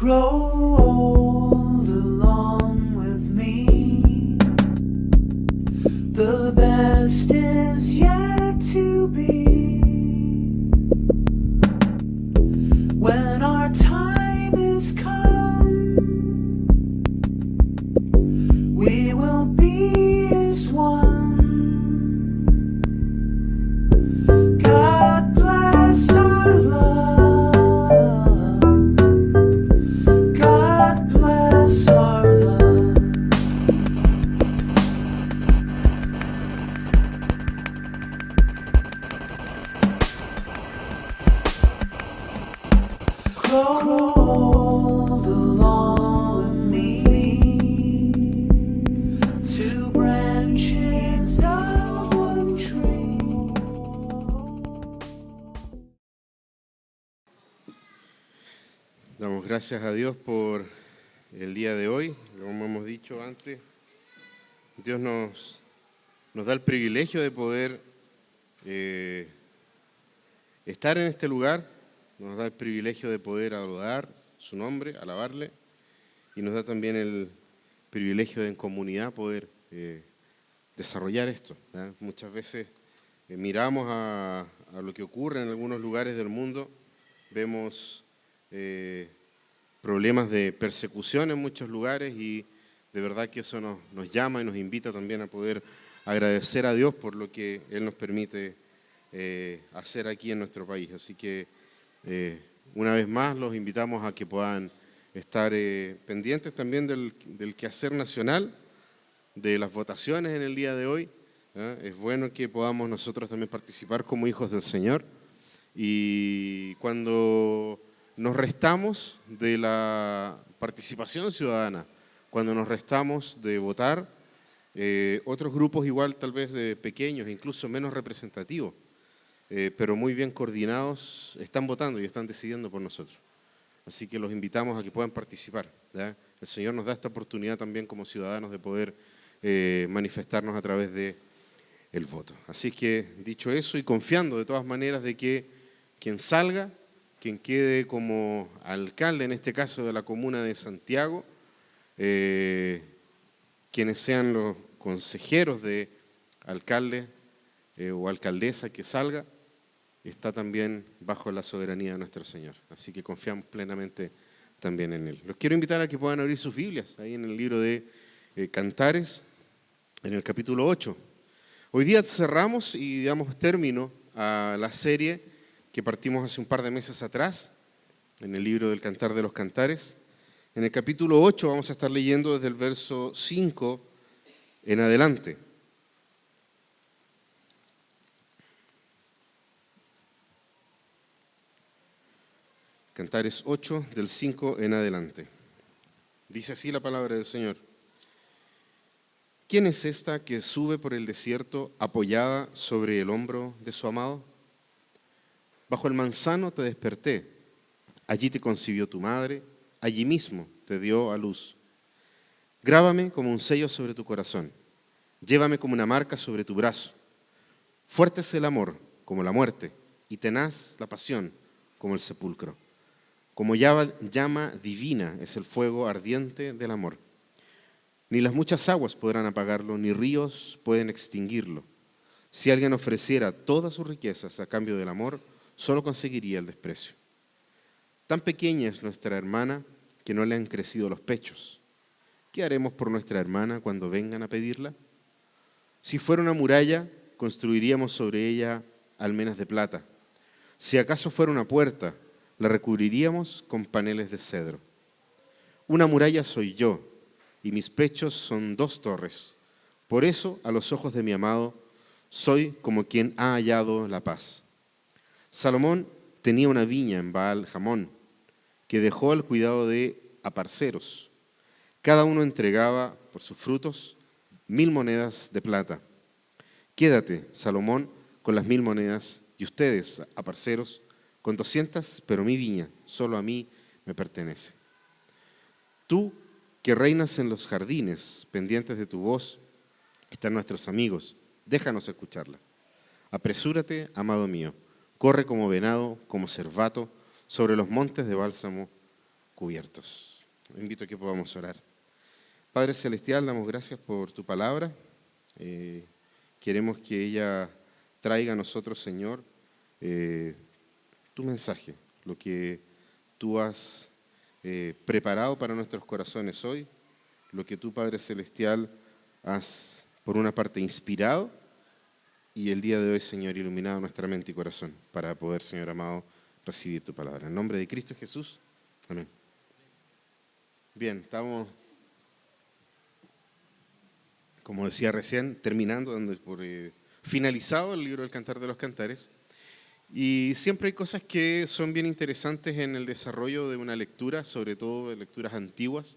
Grow old along with me. The best is yet to be. When our time is come, we will be as one. God bless our love. God bless our love. Grow old along with me. Two branches of one tree. Damos gracias a Dios por el día de hoy. Como hemos dicho antes, Dios nos da el privilegio de poder estar en este lugar, nos da el privilegio de poder adorar su nombre, alabarle, y nos da también el privilegio de en comunidad poder desarrollar esto, ¿verdad? Muchas veces miramos a lo que ocurre en algunos lugares del mundo, vemos problemas de persecución en muchos lugares y de verdad que eso nos llama y nos invita también a poder agradecer a Dios por lo que Él nos permite hacer aquí en nuestro país. Así que una vez más los invitamos a que puedan estar pendientes también del quehacer nacional, de las votaciones en el día de hoy. Es bueno que podamos nosotros también participar como hijos del Señor y cuando nos restamos de la participación ciudadana, cuando nos restamos de votar, otros grupos igual tal vez de pequeños, incluso menos representativos, pero muy bien coordinados, están votando y están decidiendo por nosotros. Así que los invitamos a que puedan participar, ¿ya? El Señor nos da esta oportunidad también como ciudadanos de poder manifestarnos a través del voto. Así que dicho eso y confiando de todas maneras de que quien salga, quien quede como alcalde, en este caso de la comuna de Santiago, quienes sean los consejeros de alcalde o alcaldesa que salga, está también bajo la soberanía de nuestro Señor. Así que confiamos plenamente también en Él. Los quiero invitar a que puedan abrir sus Biblias, ahí en el libro de Cantares, en el capítulo 8. Hoy día cerramos y damos término a la serie que partimos hace un par de meses atrás, en el libro del Cantar de los Cantares. En el capítulo 8 vamos a estar leyendo desde el verso 5 en adelante. Cantares 8, del 5 en adelante. Dice así la palabra del Señor. ¿Quién es esta que sube por el desierto apoyada sobre el hombro de su amado? Bajo el manzano te desperté, allí te concibió tu madre, allí mismo te dio a luz. Grábame como un sello sobre tu corazón, llévame como una marca sobre tu brazo. Fuerte es el amor como la muerte y tenaz la pasión como el sepulcro. Como llama divina es el fuego ardiente del amor. Ni las muchas aguas podrán apagarlo, ni ríos pueden extinguirlo. Si alguien ofreciera todas sus riquezas a cambio del amor, solo conseguiría el desprecio. Tan pequeña es nuestra hermana que no le han crecido los pechos. ¿Qué haremos por nuestra hermana cuando vengan a pedirla? Si fuera una muralla, construiríamos sobre ella almenas de plata. Si acaso fuera una puerta, la recubriríamos con paneles de cedro. Una muralla soy yo, y mis pechos son 2 torres. Por eso, a los ojos de mi amado, soy como quien ha hallado la paz. Salomón tenía una viña en Baal Jamón, que dejó al cuidado de aparceros. Cada uno entregaba por sus frutos 1000 monedas de plata. Quédate, Salomón, con las 1000 monedas, y ustedes, aparceros, con 200, pero mi viña solo a mí me pertenece. Tú, que reinas en los jardines, pendientes de tu voz, están nuestros amigos, déjanos escucharla. Apresúrate, amado mío, corre como venado, como cervato, sobre los montes de bálsamo, cubiertos. Invito a que podamos orar. Padre Celestial, damos gracias por tu palabra. Queremos que ella traiga a nosotros, Señor, tu mensaje, lo que tú has preparado para nuestros corazones hoy, lo que tú, Padre Celestial, has, por una parte, inspirado y el día de hoy, Señor, iluminado nuestra mente y corazón para poder, Señor amado, recibir tu palabra. En nombre de Cristo Jesús, amén. Bien, estamos, como decía recién, terminando, dando por finalizado el libro del Cantar de los Cantares. Y siempre hay cosas que son bien interesantes en el desarrollo de una lectura, sobre todo de lecturas antiguas.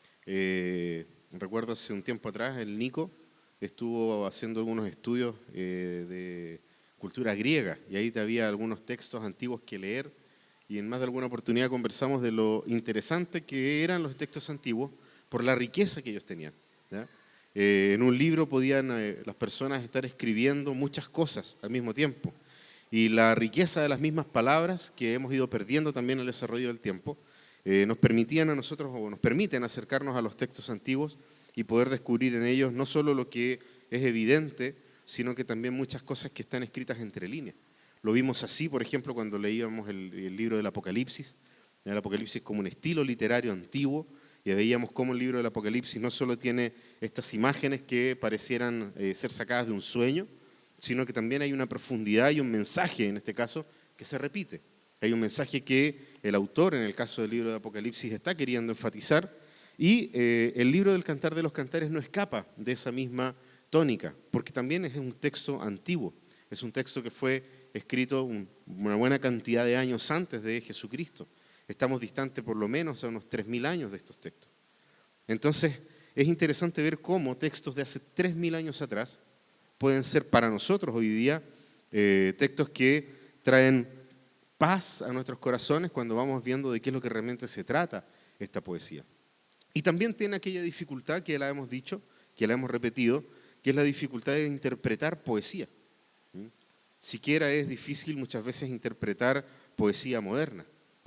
Recuerdo hace un tiempo atrás, el Nico estuvo haciendo algunos estudios de cultura griega y ahí había algunos textos antiguos que leer y en más de alguna oportunidad conversamos de lo interesante que eran los textos antiguos por la riqueza que ellos tenían, ¿ya? En un libro podían las personas estar escribiendo muchas cosas al mismo tiempo y la riqueza de las mismas palabras que hemos ido perdiendo también en el desarrollo del tiempo nos permitían a nosotros o nos permiten acercarnos a los textos antiguos y poder descubrir en ellos no solo lo que es evidente, sino que también muchas cosas que están escritas entre líneas. Lo vimos así, por ejemplo, cuando leíamos el libro del Apocalipsis como un estilo literario antiguo, y veíamos cómo el libro del Apocalipsis no solo tiene estas imágenes que parecieran ser sacadas de un sueño, sino que también hay una profundidad y un mensaje, en este caso, que se repite. Hay un mensaje que el autor, en el caso del libro del Apocalipsis, está queriendo enfatizar, y el libro del Cantar de los Cantares no escapa de esa misma tónica, porque también es un texto antiguo, es un texto que fue escrito una buena cantidad de años antes de Jesucristo. Estamos distantes por lo menos a unos 3.000 años de estos textos. Entonces, es interesante ver cómo textos de hace 3.000 años atrás pueden ser para nosotros hoy día textos que traen paz a nuestros corazones cuando vamos viendo de qué es lo que realmente se trata esta poesía. Y también tiene aquella dificultad que la hemos dicho, que la hemos repetido, que es la dificultad de interpretar poesía. Siquiera es difícil muchas veces interpretar poesía moderna.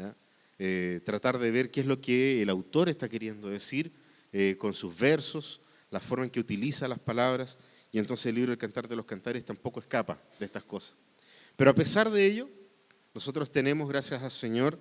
Tratar de ver qué es lo que el autor está queriendo decir con sus versos, la forma en que utiliza las palabras, y entonces el libro del Cantar de los Cantares tampoco escapa de estas cosas. Pero a pesar de ello, nosotros tenemos, gracias al Señor,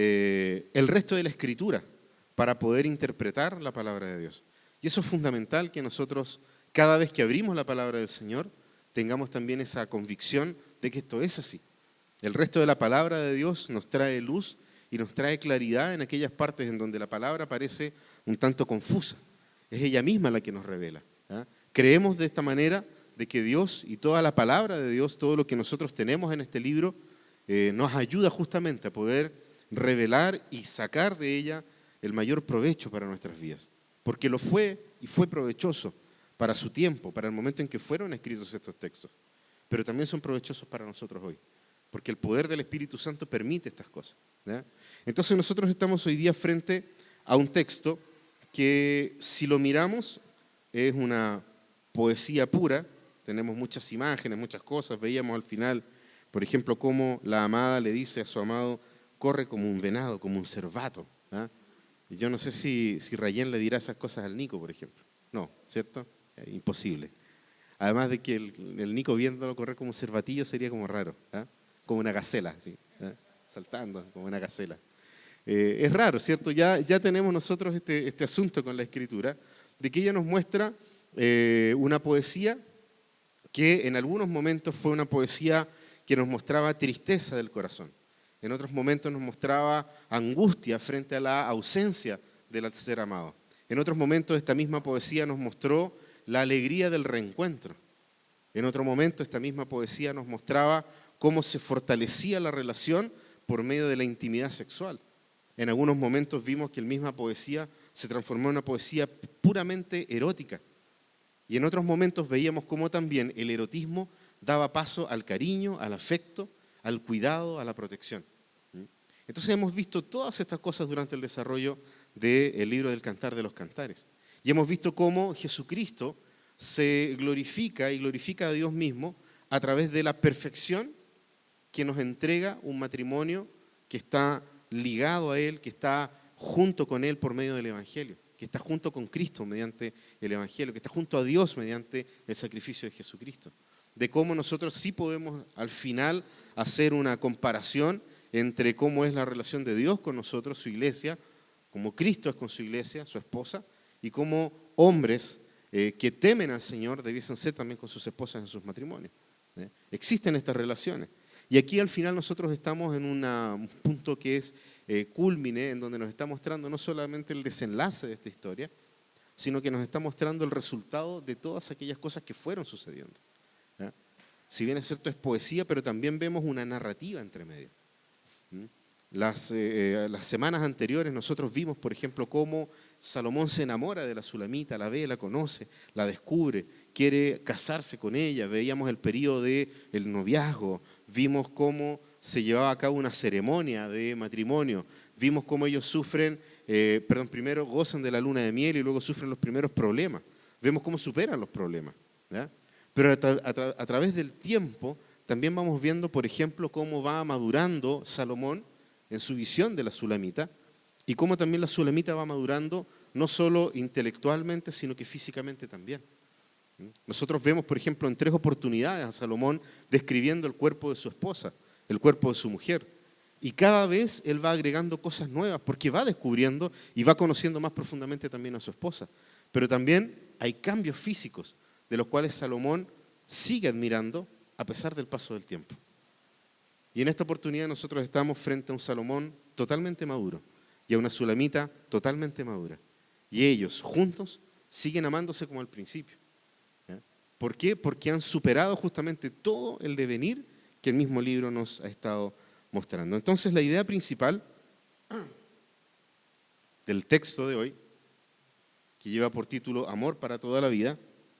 el resto de la Escritura para poder interpretar la palabra de Dios. Y eso es fundamental que nosotros, cada vez que abrimos la palabra del Señor, tengamos también esa convicción de que esto es así. El resto de la palabra de Dios nos trae luz y nos trae claridad en aquellas partes en donde la palabra parece un tanto confusa. Es ella misma la que nos revela. Creemos de esta manera de que Dios y toda la palabra de Dios, todo lo que nosotros tenemos en este libro, nos ayuda justamente a poder revelar y sacar de ella el mayor provecho para nuestras vidas. Porque lo fue y fue provechoso para su tiempo, para el momento en que fueron escritos estos textos. Pero también son provechosos para nosotros hoy. Porque el poder del Espíritu Santo permite estas cosas, ¿ya? Entonces nosotros estamos hoy día frente a un texto que si lo miramos es una poesía pura, tenemos muchas imágenes, muchas cosas, veíamos al final, por ejemplo, cómo la amada le dice a su amado, corre como un venado, como un cervato, ¿ah? Y yo no sé si Rayén le dirá esas cosas al Nico, por ejemplo. No, ¿cierto? Imposible. Además de que el Nico viéndolo correr como un cervatillo sería como raro, ¿ah? Como una gacela, ¿sí? ¿Ah? Saltando como una gacela. Es raro, ¿cierto? Ya tenemos nosotros este asunto con la Escritura, de que ella nos muestra una poesía que en algunos momentos fue una poesía que nos mostraba tristeza del corazón. En otros momentos nos mostraba angustia frente a la ausencia del ser amado. En otros momentos esta misma poesía nos mostró la alegría del reencuentro. En otro momento esta misma poesía nos mostraba cómo se fortalecía la relación por medio de la intimidad sexual. En algunos momentos vimos que la misma poesía se transformó en una poesía puramente erótica. Y en otros momentos veíamos cómo también el erotismo daba paso al cariño, al afecto, al cuidado, a la protección. Entonces hemos visto todas estas cosas durante el desarrollo del libro del Cantar de los Cantares. Y hemos visto cómo Jesucristo se glorifica y glorifica a Dios mismo a través de la perfección que nos entrega un matrimonio que está ligado a Él, que está junto con Él por medio del Evangelio, que está junto con Cristo mediante el Evangelio, que está junto a Dios mediante el sacrificio de Jesucristo. De cómo nosotros sí podemos al final hacer una comparación entre cómo es la relación de Dios con nosotros, su iglesia, como Cristo es con su iglesia, su esposa, y cómo hombres que temen al Señor debiesen ser también con sus esposas en sus matrimonios. Existen estas relaciones. Y aquí al final nosotros estamos en un punto que es cúlmine, en donde nos está mostrando no solamente el desenlace de esta historia, sino que nos está mostrando el resultado de todas aquellas cosas que fueron sucediendo. ¿Ya? Si bien es cierto, es poesía, pero también vemos una narrativa entre medio. Las semanas anteriores nosotros vimos, por ejemplo, cómo Salomón se enamora de la Sulamita, la ve, la conoce, la descubre, quiere casarse con ella. Veíamos el periodo del noviazgo, vimos cómo se llevaba a cabo una ceremonia de matrimonio, vimos cómo ellos sufren, primero gozan de la luna de miel y luego sufren los primeros problemas. Vemos cómo superan los problemas, ¿ya? Pero a través del tiempo también vamos viendo, por ejemplo, cómo va madurando Salomón en su visión de la Sulamita y cómo también la Sulamita va madurando no solo intelectualmente, sino que físicamente también. Nosotros vemos, por ejemplo, en 3 oportunidades a Salomón describiendo el cuerpo de su esposa, el cuerpo de su mujer. Y cada vez él va agregando cosas nuevas porque va descubriendo y va conociendo más profundamente también a su esposa. Pero también hay cambios físicos de los cuales Salomón sigue admirando a pesar del paso del tiempo. Y en esta oportunidad nosotros estamos frente a un Salomón totalmente maduro y a una Sulamita totalmente madura. Y ellos juntos siguen amándose como al principio. ¿Ya? ¿Por qué? Porque han superado justamente todo el devenir que el mismo libro nos ha estado mostrando. Entonces la idea principal del texto de hoy, que lleva por título Amor para toda la vida,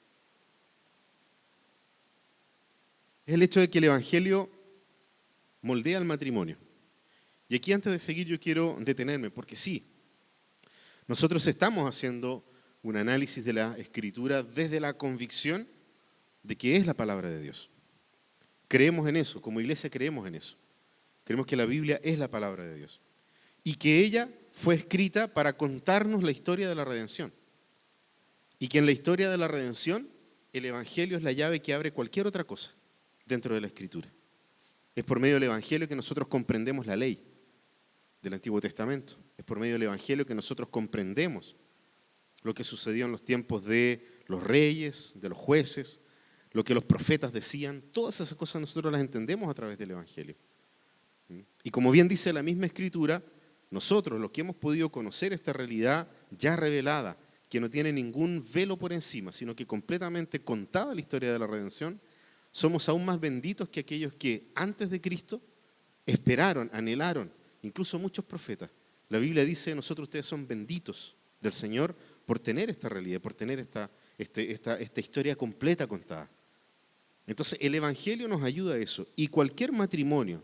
es el hecho de que el Evangelio moldea el matrimonio. Y aquí antes de seguir yo quiero detenerme, porque sí, nosotros estamos haciendo un análisis de la Escritura desde la convicción de que es la palabra de Dios. Creemos en eso, como iglesia creemos en eso. Creemos que la Biblia es la palabra de Dios y que ella fue escrita para contarnos la historia de la redención. Y que en la historia de la redención el Evangelio es la llave que abre cualquier otra cosa dentro de la Escritura. Es por medio del Evangelio que nosotros comprendemos la ley del Antiguo Testamento. Es por medio del Evangelio que nosotros comprendemos lo que sucedió en los tiempos de los reyes, de los jueces, lo que los profetas decían. Todas esas cosas nosotros las entendemos a través del Evangelio. Y como bien dice la misma Escritura, nosotros, los que hemos podido conocer esta realidad ya revelada, que no tiene ningún velo por encima, sino que completamente contada la historia de la redención, somos aún más benditos que aquellos que antes de Cristo esperaron, anhelaron, incluso muchos profetas. La Biblia dice, nosotros ustedes son benditos del Señor por tener esta realidad, por tener esta historia completa contada. Entonces el Evangelio nos ayuda a eso. Y cualquier matrimonio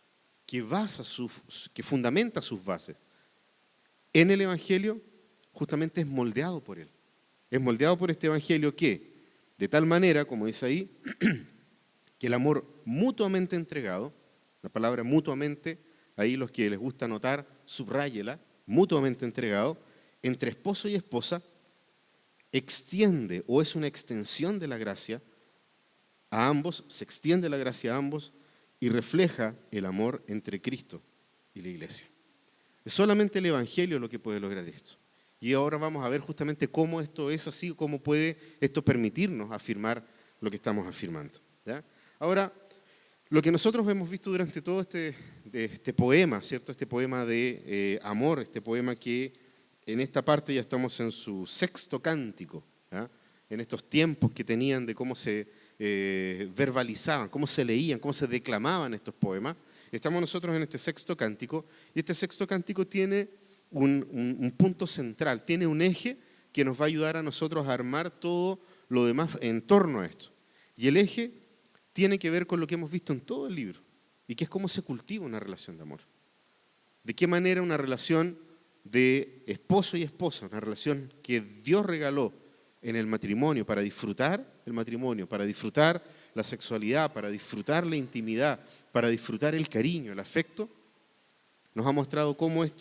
que fundamenta sus bases en el Evangelio, justamente es moldeado por él. Es moldeado por este Evangelio que, de tal manera, como dice ahí, que el amor mutuamente entregado, la palabra mutuamente, ahí los que les gusta anotar, subráyela, mutuamente entregado, entre esposo y esposa, extiende o es una extensión de la gracia a ambos, se extiende la gracia a ambos y refleja el amor entre Cristo y la iglesia. Es solamente el Evangelio lo que puede lograr esto. Y ahora vamos a ver justamente cómo esto es así, cómo puede esto permitirnos afirmar lo que estamos afirmando. ¿Ya? Ahora, lo que nosotros hemos visto durante todo este poema, ¿cierto? Este poema de amor, este poema que en esta parte ya estamos en su 6º cántico, ¿ya? En estos tiempos que tenían de cómo se verbalizaban, cómo se leían, cómo se declamaban estos poemas. Estamos nosotros en este 6º cántico y este 6º cántico tiene un punto central, tiene un eje que nos va a ayudar a nosotros a armar todo lo demás en torno a esto. Y el eje tiene que ver con lo que hemos visto en todo el libro y que es cómo se cultiva una relación de amor. De qué manera una relación de esposo y esposa, una relación que Dios regaló en el matrimonio para disfrutar el matrimonio, para disfrutar la sexualidad, para disfrutar la intimidad, para disfrutar el cariño, el afecto, nos ha mostrado cómo esto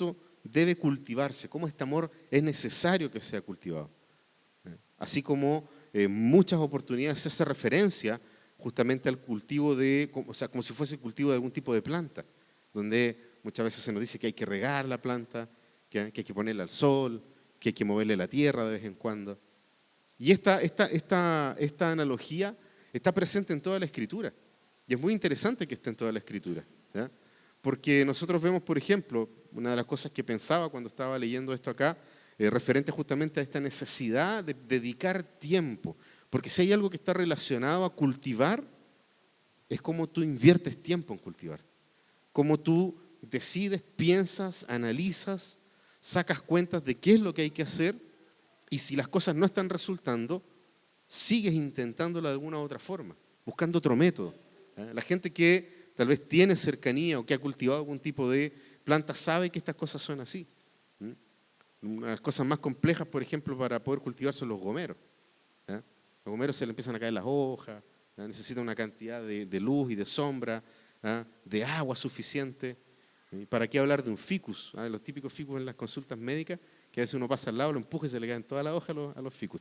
debe cultivarse, cómo este amor es necesario que sea cultivado. Así como muchas oportunidades se hace referencia justamente al cultivo o sea, como si fuese el cultivo de algún tipo de planta, donde muchas veces se nos dice que hay que regar la planta, que hay que ponerla al sol, que hay que moverle la tierra de vez en cuando. Y esta analogía está presente en toda la Escritura. Y es muy interesante que esté en toda la Escritura, ¿ya? Porque nosotros vemos, por ejemplo, una de las cosas que pensaba cuando estaba leyendo esto acá, referente justamente a esta necesidad de dedicar tiempo. Porque si hay algo que está relacionado a cultivar, es cómo tú inviertes tiempo en cultivar. Cómo tú decides, piensas, analizas, sacas cuentas de qué es lo que hay que hacer, y si las cosas no están resultando, sigues intentándolo de alguna u otra forma, buscando otro método. La gente que tal vez tiene cercanía o que ha cultivado algún tipo de planta sabe que estas cosas son así. Una de las cosas más complejas, por ejemplo, para poder cultivar son los gomeros. Los gomeros se le empiezan a caer las hojas, necesitan una cantidad de luz y de sombra, de agua suficiente. ¿Para qué hablar de un ficus? Los típicos ficus en las consultas médicas, que a veces uno pasa al lado, lo empuja y se le caen toda la hoja a los ficus.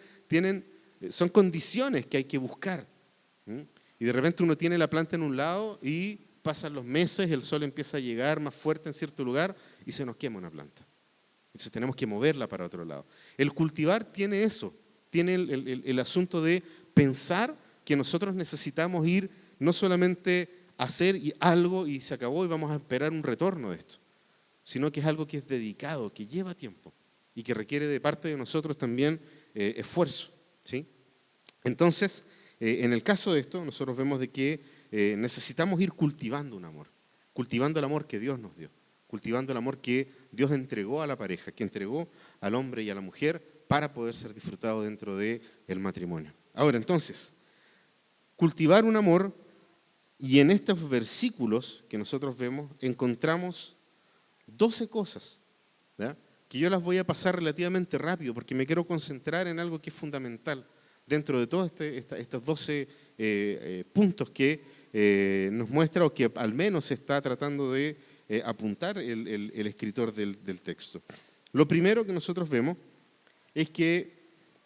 Son condiciones que hay que buscar. Y de repente uno tiene la planta en un lado y pasan los meses, el sol empieza a llegar más fuerte en cierto lugar y se nos quema una planta. Entonces tenemos que moverla para otro lado. El cultivar tiene eso, tiene el asunto de pensar que nosotros necesitamos ir no solamente a hacer algo y se acabó y vamos a esperar un retorno de esto, sino que es algo que es dedicado, que lleva tiempo y que requiere de parte de nosotros también esfuerzo, ¿sí? Entonces, en el caso de esto, nosotros vemos de que necesitamos ir cultivando un amor, cultivando el amor que Dios nos dio, cultivando el amor que Dios entregó a la pareja, que entregó al hombre y a la mujer para poder ser disfrutado dentro del matrimonio. Ahora, entonces, cultivar un amor, y en estos versículos que nosotros vemos encontramos 12 cosas, ¿ya? Que yo las voy a pasar relativamente rápido porque me quiero concentrar en algo que es fundamental dentro de todos estos 12 puntos que nos muestra, o que al menos está tratando de apuntar el escritor del texto. Lo primero que nosotros vemos es que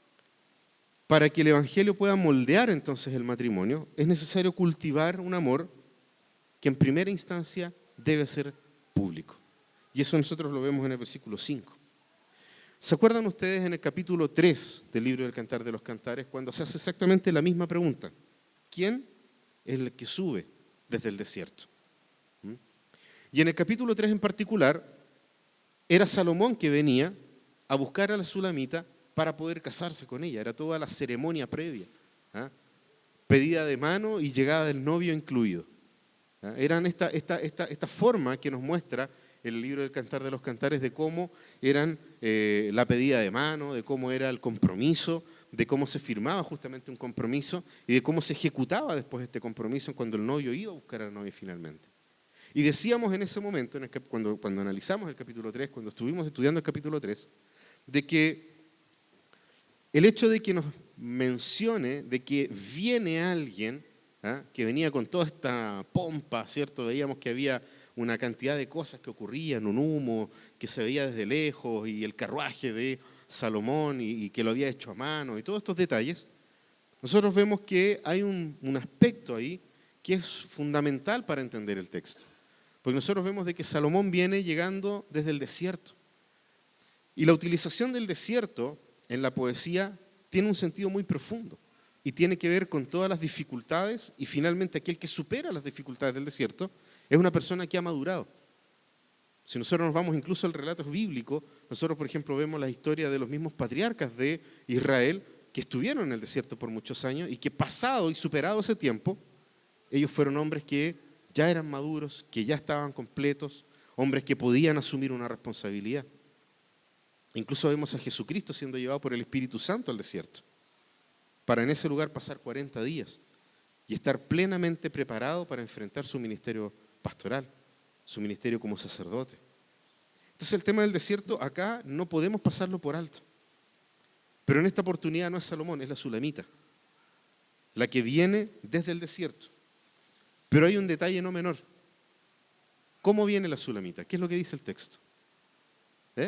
para que el Evangelio pueda moldear entonces el matrimonio, es necesario cultivar un amor que en primera instancia debe ser público. Y eso nosotros lo vemos en el versículo 5. ¿Se acuerdan ustedes en el capítulo 3 del libro del Cantar de los Cantares, cuando se hace exactamente la misma pregunta? ¿Quién es el que sube desde el desierto? Y en el capítulo 3 en particular, era Salomón que venía a buscar a la sulamita para poder casarse con ella. Era toda la ceremonia previa, pedida de mano y llegada del novio incluido. Eran esta forma que nos muestra el libro del Cantar de los Cantares de cómo eran la pedida de mano, de cómo era el compromiso, de cómo se firmaba justamente un compromiso y de cómo se ejecutaba después este compromiso cuando el novio iba a buscar a la novia finalmente. Y decíamos en ese momento, cuando analizamos el capítulo 3, cuando estuvimos estudiando el capítulo 3, de que el hecho de que nos mencione de que viene alguien que venía con toda esta pompa, ¿cierto? Veíamos que había una cantidad de cosas que ocurrían, un humo que se veía desde lejos y el carruaje de Salomón y que lo había hecho a mano y todos estos detalles. Nosotros vemos que hay un aspecto ahí que es fundamental para entender el texto. Porque nosotros vemos de que Salomón viene llegando desde el desierto. Y la utilización del desierto en la poesía tiene un sentido muy profundo y tiene que ver con todas las dificultades, y finalmente aquel que supera las dificultades del desierto es una persona que ha madurado. Si nosotros nos vamos incluso al relato bíblico, nosotros por ejemplo vemos la historia de los mismos patriarcas de Israel que estuvieron en el desierto por muchos años y que pasado y superado ese tiempo, ellos fueron hombres que ya eran maduros, que ya estaban completos, hombres que podían asumir una responsabilidad. Incluso vemos a Jesucristo siendo llevado por el Espíritu Santo al desierto, para en ese lugar pasar 40 días y estar plenamente preparado para enfrentar su ministerio pastoral, su ministerio como sacerdote. Entonces el tema del desierto acá no podemos pasarlo por alto. Pero en esta oportunidad no es Salomón, es la sulamita, la que viene desde el desierto. Pero hay un detalle no menor. ¿Cómo viene la sulamita? ¿Qué es lo que dice el texto? ¿Eh?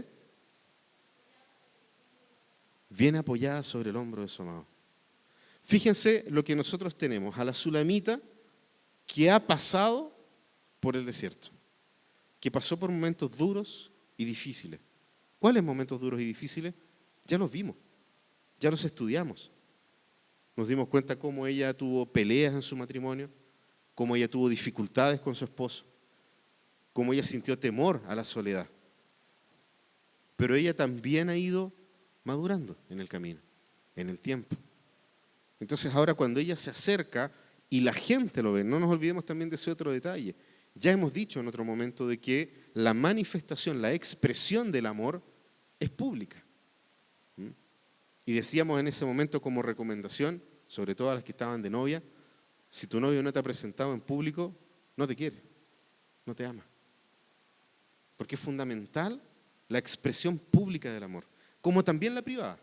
Viene apoyada sobre el hombro de su amado. Fíjense lo que nosotros tenemos, a la Sulamita que ha pasado por el desierto, que pasó por momentos duros y difíciles. ¿Cuáles momentos duros y difíciles? Ya los vimos, ya los estudiamos. Nos dimos cuenta cómo ella tuvo peleas en su matrimonio, cómo ella tuvo dificultades con su esposo, cómo ella sintió temor a la soledad. Pero ella también ha ido madurando en el camino, en el tiempo. Entonces ahora cuando ella se acerca y la gente lo ve, no nos olvidemos también de ese otro detalle. Ya hemos dicho en otro momento de que la manifestación, la expresión del amor es pública. Y decíamos en ese momento como recomendación, sobre todo a las que estaban de novia, si tu novio no te ha presentado en público, no te quiere, no te ama. Porque es fundamental la expresión pública del amor, como también la privada.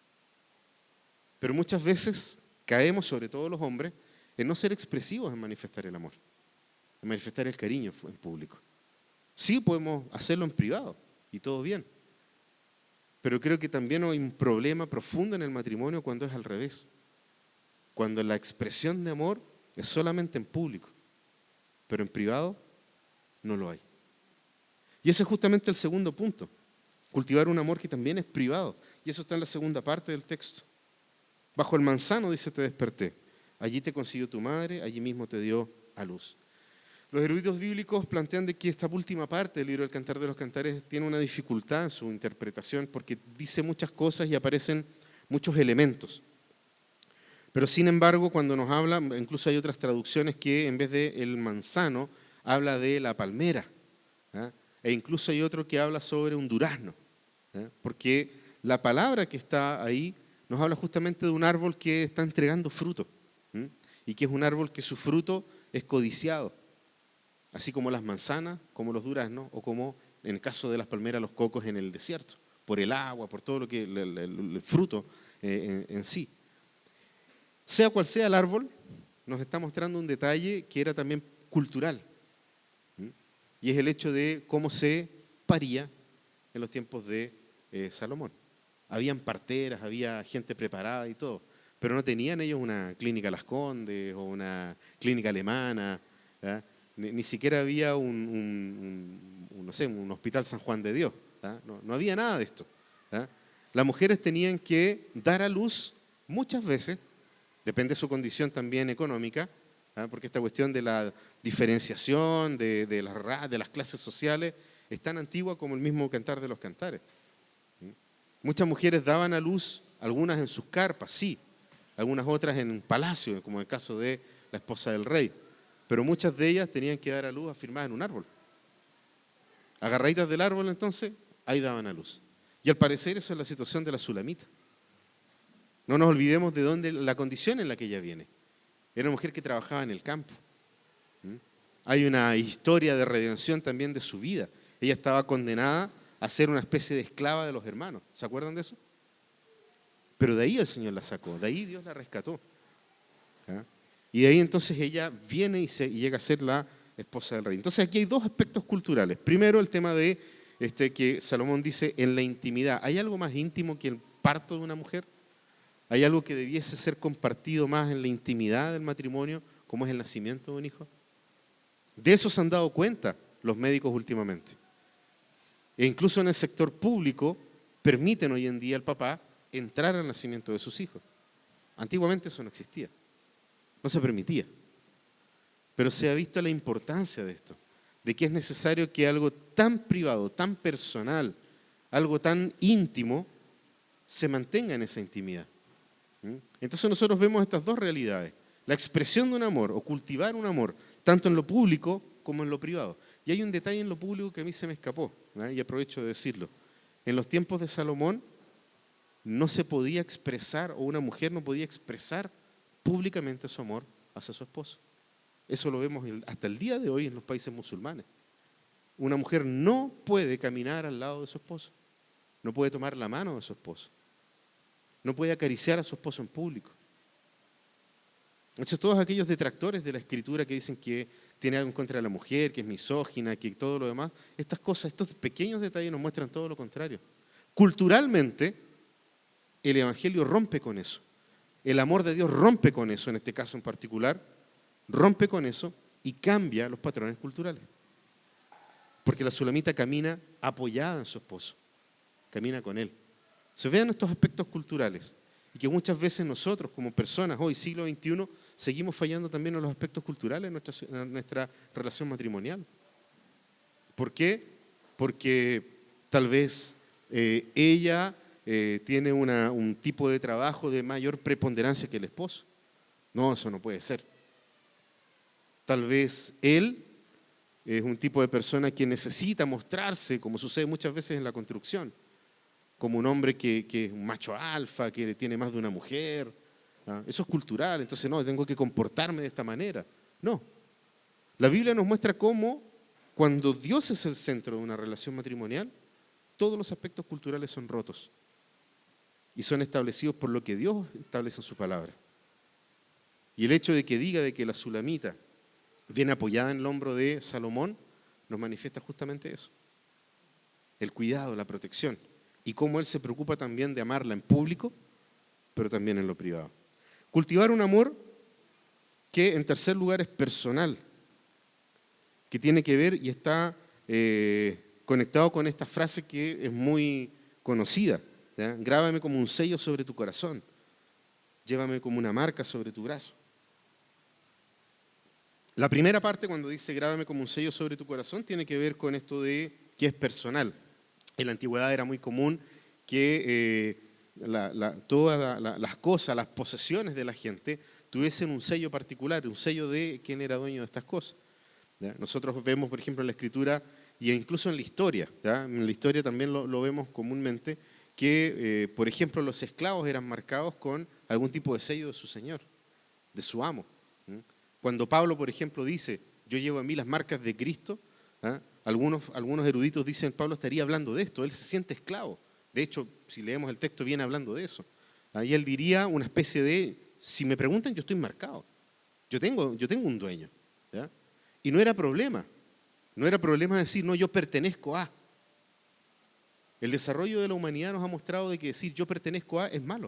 Pero muchas veces caemos, sobre todo los hombres, en no ser expresivos en manifestar el amor, en manifestar el cariño en público. Sí podemos hacerlo en privado y todo bien, pero creo que también hay un problema profundo en el matrimonio cuando es al revés, cuando la expresión de amor es solamente en público, pero en privado no lo hay. Y ese es justamente el segundo punto, cultivar un amor que también es privado, y eso está en la segunda parte del texto. Bajo el manzano, dice, te desperté. Allí te concibió tu madre, allí mismo te dio a luz. Los eruditos bíblicos plantean de que esta última parte del libro del Cantar de los Cantares tiene una dificultad en su interpretación porque dice muchas cosas y aparecen muchos elementos. Pero sin embargo, cuando nos habla, incluso hay otras traducciones que en vez de el manzano, habla de la palmera. ¿Eh? E incluso hay otro que habla sobre un durazno. Porque la palabra que está ahí nos habla justamente de un árbol que está entregando fruto. Y que es un árbol que su fruto es codiciado. Así como las manzanas, como los duraznos, o como en el caso de las palmeras, los cocos en el desierto, por el agua, por todo lo que el fruto en sí. Sea cual sea el árbol, nos está mostrando un detalle que era también cultural. Y es el hecho de cómo se paría en los tiempos de Salomón. Habían parteras, había gente preparada y todo, pero no tenían ellos una clínica Las Condes o una clínica alemana, ¿verdad? Ni siquiera había no sé, un hospital San Juan de Dios. No había nada de esto. Las mujeres tenían que dar a luz muchas veces, depende de su condición también económica, porque esta cuestión de la diferenciación de las clases sociales es tan antigua como el mismo Cantar de los Cantares. Muchas mujeres daban a luz, algunas en sus carpas, sí, algunas otras en un palacio, como en el caso de la esposa del rey. Pero muchas de ellas tenían que dar a luz afirmadas en un árbol. Agarraditas del árbol, entonces, ahí daban a luz. Y al parecer eso es la situación de la Sulamita. No nos olvidemos de dónde la condición en la que ella viene. Era una mujer que trabajaba en el campo. Hay una historia de redención también de su vida. Ella estaba condenada a ser una especie de esclava de los hermanos. ¿Se acuerdan de eso? Pero de ahí el Señor la sacó, de ahí Dios la rescató. Y de ahí entonces ella viene y llega a ser la esposa del rey. Entonces aquí hay dos aspectos culturales. Primero el tema de que Salomón dice en la intimidad. ¿Hay algo más íntimo que el parto de una mujer? ¿Hay algo que debiese ser compartido más en la intimidad del matrimonio, como es el nacimiento de un hijo? De eso se han dado cuenta los médicos últimamente. E incluso en el sector público permiten hoy en día al papá entrar al nacimiento de sus hijos. Antiguamente eso no existía. No se permitía. Pero se ha visto la importancia de esto, de que es necesario que algo tan privado, tan personal, algo tan íntimo, se mantenga en esa intimidad. Entonces nosotros vemos estas dos realidades, la expresión de un amor o cultivar un amor, tanto en lo público como en lo privado. Y hay un detalle en lo público que a mí se me escapó, y aprovecho de decirlo. En los tiempos de Salomón no se podía expresar, o una mujer no podía expresar públicamente su amor hacia su esposo. Eso lo vemos hasta el día de hoy en los países musulmanes. Una mujer no puede caminar al lado de su esposo, no puede tomar la mano de su esposo, no puede acariciar a su esposo en público. Entonces todos aquellos detractores de la Escritura que dicen que tiene algo en contra de la mujer, que es misógina, que todo lo demás. Estas cosas, estos pequeños detalles nos muestran todo lo contrario. Culturalmente, el Evangelio rompe con eso. El amor de Dios rompe con eso, en este caso en particular, rompe con eso y cambia los patrones culturales. Porque la sulamita camina apoyada en su esposo, camina con él. Se vean estos aspectos culturales y que muchas veces nosotros como personas, hoy siglo XXI, seguimos fallando también en los aspectos culturales en nuestra relación matrimonial. ¿Por qué? Porque tal vez ella tiene un tipo de trabajo de mayor preponderancia que el esposo. No, eso no puede ser. Tal vez él es un tipo de persona que necesita mostrarse, como sucede muchas veces en la construcción, como un hombre que es un macho alfa, que tiene más de una mujer. ¿Ah? Eso es cultural, entonces no, tengo que comportarme de esta manera. No. La Biblia nos muestra cómo, cuando Dios es el centro de una relación matrimonial, todos los aspectos culturales son rotos y son establecidos por lo que Dios establece en su palabra. Y el hecho de que diga de que la sulamita viene apoyada en el hombro de Salomón nos manifiesta justamente eso. El cuidado, la protección y cómo él se preocupa también de amarla en público, pero también en lo privado. Cultivar un amor que en tercer lugar es personal, que tiene que ver y está conectado con esta frase que es muy conocida, ¿ya? Grábame como un sello sobre tu corazón, llévame como una marca sobre tu brazo. La primera parte, cuando dice grábame como un sello sobre tu corazón, tiene que ver con esto de que es personal. En la antigüedad era muy común que todas las cosas, las posesiones de la gente tuviesen un sello particular, un sello de quién era dueño de estas cosas. ¿Ya? Nosotros vemos, por ejemplo, en la Escritura e incluso en la historia, ¿ya? En la historia también lo vemos comúnmente, que, por ejemplo, los esclavos eran marcados con algún tipo de sello de su señor, de su amo. Cuando Pablo, por ejemplo, dice, yo llevo en mí las marcas de Cristo, ¿ah? Algunos eruditos dicen, Pablo estaría hablando de esto, él se siente esclavo. De hecho, si leemos el texto, viene hablando de eso. Ahí él diría una especie de, si me preguntan, yo estoy marcado. Yo tengo un dueño. ¿Ya? Y no era problema decir, no, yo pertenezco a. El desarrollo de la humanidad nos ha mostrado de que decir yo pertenezco a es malo.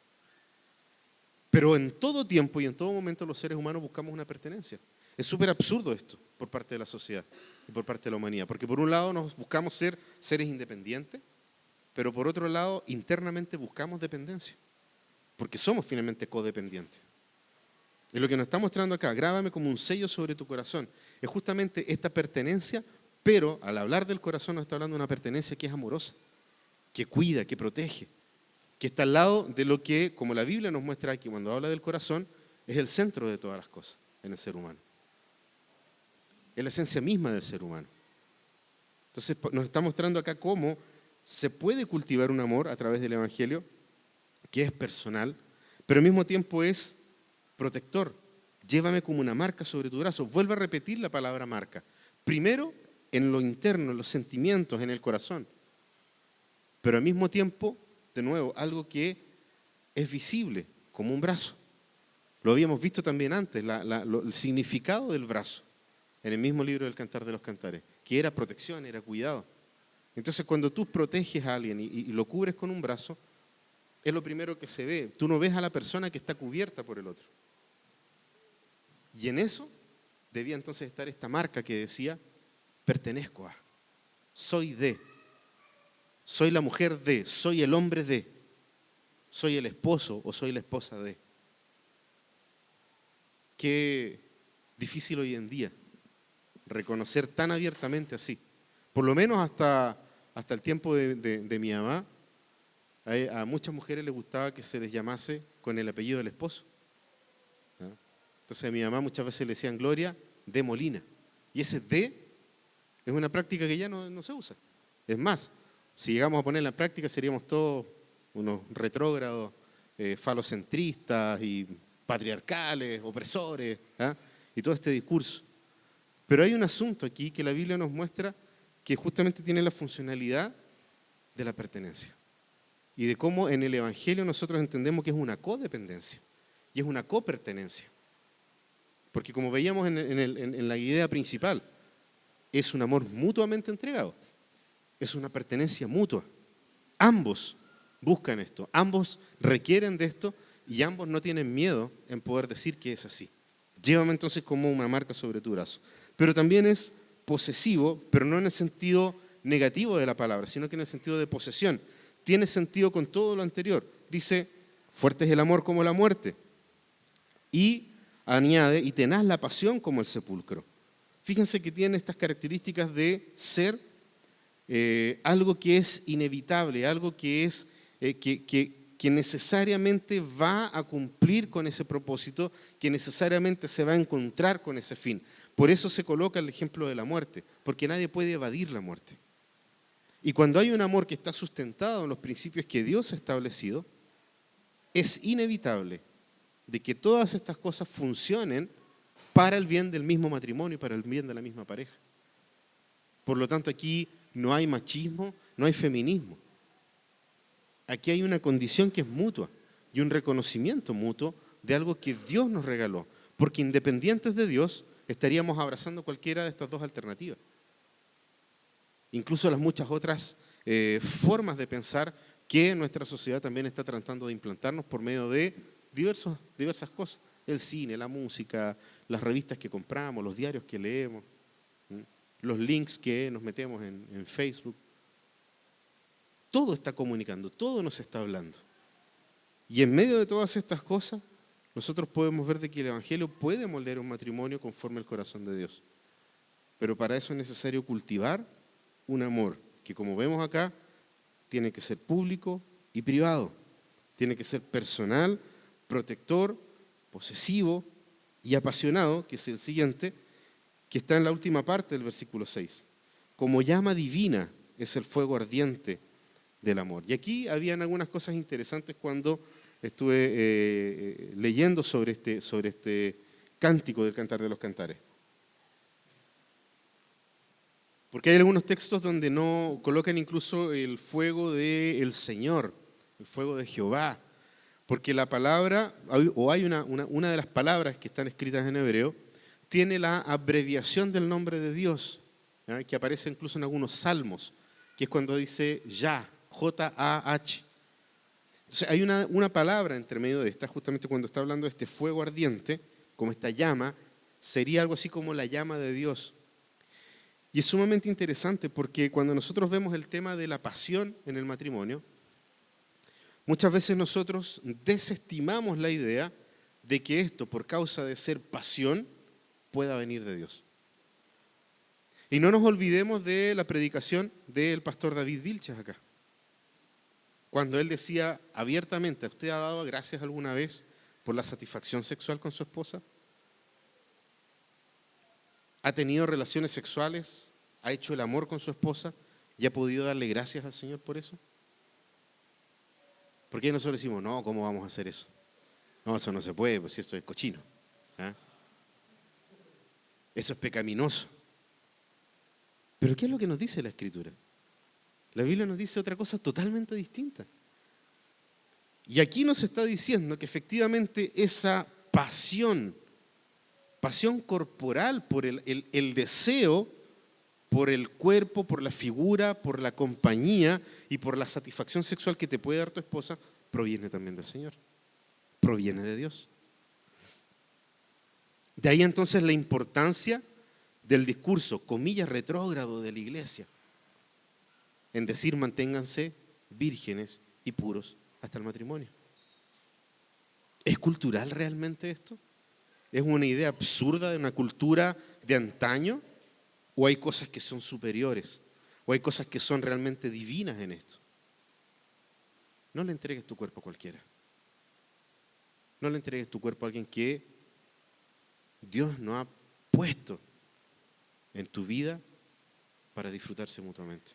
Pero en todo tiempo y en todo momento los seres humanos buscamos una pertenencia. Es súper absurdo esto por parte de la sociedad y por parte de la humanidad, porque por un lado nos buscamos ser seres independientes, pero por otro lado internamente buscamos dependencia, porque somos finalmente codependientes. Es lo que nos está mostrando acá, grábame como un sello sobre tu corazón. Es justamente esta pertenencia, pero al hablar del corazón nos está hablando de una pertenencia que es amorosa, que cuida, que protege, que está al lado de lo que, como la Biblia nos muestra aquí cuando habla del corazón, es el centro de todas las cosas en el ser humano. Es la esencia misma del ser humano. Entonces nos está mostrando acá cómo se puede cultivar un amor a través del Evangelio, que es personal, pero al mismo tiempo es protector. Llévame como una marca sobre tu brazo. Vuelve a repetir la palabra marca. Primero en lo interno, en los sentimientos, en el corazón. Pero al mismo tiempo, de nuevo, algo que es visible, como un brazo. Lo habíamos visto también antes, el significado del brazo, en el mismo libro del Cantar de los Cantares, que era protección, era cuidado. Entonces, cuando tú proteges a alguien y lo cubres con un brazo, es lo primero que se ve. Tú no ves a la persona que está cubierta por el otro. Y en eso debía entonces estar esta marca que decía, pertenezco a, soy de, soy la mujer de, soy el hombre de, soy el esposo o soy la esposa de. Qué difícil hoy en día reconocer tan abiertamente así. Por lo menos hasta el tiempo de mi mamá, a muchas mujeres les gustaba que se les llamase con el apellido del esposo. ¿Ah? Entonces a mi mamá muchas veces le decían Gloria de Molina. Y ese de es una práctica que ya no se usa. Es más, si llegamos a ponerla en práctica seríamos todos unos retrógrados, falocentristas y patriarcales, opresores, ¿ah? Y todo este discurso. Pero hay un asunto aquí que la Biblia nos muestra que justamente tiene la funcionalidad de la pertenencia. Y de cómo en el Evangelio nosotros entendemos que es una codependencia y es una copertenencia. Porque como veíamos en la idea principal, es un amor mutuamente entregado, es una pertenencia mutua. Ambos buscan esto, ambos requieren de esto y ambos no tienen miedo en poder decir que es así. Llévame entonces como una marca sobre tu brazo. Pero también es posesivo, pero no en el sentido negativo de la palabra, sino que en el sentido de posesión. Tiene sentido con todo lo anterior. Dice, fuerte es el amor como la muerte. Y añade, y tenaz la pasión como el sepulcro. Fíjense que tiene estas características de ser algo que es inevitable, algo que es que necesariamente va a cumplir con ese propósito, que necesariamente se va a encontrar con ese fin. Por eso se coloca el ejemplo de la muerte, porque nadie puede evadir la muerte. Y cuando hay un amor que está sustentado en los principios que Dios ha establecido, es inevitable de que todas estas cosas funcionen para el bien del mismo matrimonio y para el bien de la misma pareja. Por lo tanto, aquí no hay machismo, no hay feminismo. Aquí hay una condición que es mutua y un reconocimiento mutuo de algo que Dios nos regaló, porque independientes de Dios estaríamos abrazando cualquiera de estas dos alternativas. Incluso las muchas otras formas de pensar que nuestra sociedad también está tratando de implantarnos por medio de diversas cosas. El cine, la música, las revistas que compramos, los diarios que leemos, los links que nos metemos en Facebook. Todo está comunicando, todo nos está hablando. Y en medio de todas estas cosas, nosotros podemos ver de que el Evangelio puede moldear un matrimonio conforme al corazón de Dios. Pero para eso es necesario cultivar un amor que, como vemos acá, tiene que ser público y privado. Tiene que ser personal, protector, posesivo y apasionado, que es el siguiente, que está en la última parte del versículo 6. Como llama divina es el fuego ardiente del amor. Y aquí habían algunas cosas interesantes cuando estuve leyendo sobre este cántico del Cantar de los Cantares. Porque hay algunos textos donde no colocan incluso el fuego del Señor, el fuego de Jehová. Porque la palabra, o hay una de las palabras que están escritas en hebreo, tiene la abreviación del nombre de Dios, ¿ya? Que aparece incluso en algunos salmos, que es cuando dice Yah, J-A-H. Entonces hay una palabra entre medio de esta, justamente cuando está hablando de este fuego ardiente, como esta llama, sería algo así como la llama de Dios. Y es sumamente interesante porque cuando nosotros vemos el tema de la pasión en el matrimonio, muchas veces nosotros desestimamos la idea de que esto, por causa de ser pasión, pueda venir de Dios. Y no nos olvidemos de la predicación del pastor David Vilches acá. Cuando él decía abiertamente, ¿usted ha dado gracias alguna vez por la satisfacción sexual con su esposa? ¿Ha tenido relaciones sexuales? ¿Ha hecho el amor con su esposa? ¿Y ha podido darle gracias al Señor por eso? Porque nosotros decimos, no, ¿cómo vamos a hacer eso? No, eso no se puede, pues si esto es cochino. ¿Ah? Eso es pecaminoso. Pero ¿qué es lo que nos dice la Escritura? La Biblia nos dice otra cosa totalmente distinta. Y aquí nos está diciendo que efectivamente esa pasión corporal por el deseo, por el cuerpo, por la figura, por la compañía y por la satisfacción sexual que te puede dar tu esposa, proviene también del Señor, proviene de Dios. De ahí entonces la importancia del discurso, comillas, retrógrado de la iglesia, en decir manténganse vírgenes y puros hasta el matrimonio. ¿Es cultural realmente esto? ¿Es una idea absurda de una cultura de antaño? ¿O hay cosas que son superiores? ¿O hay cosas que son realmente divinas en esto? No le entregues tu cuerpo a cualquiera. No le entregues tu cuerpo a alguien que Dios no ha puesto en tu vida para disfrutarse mutuamente.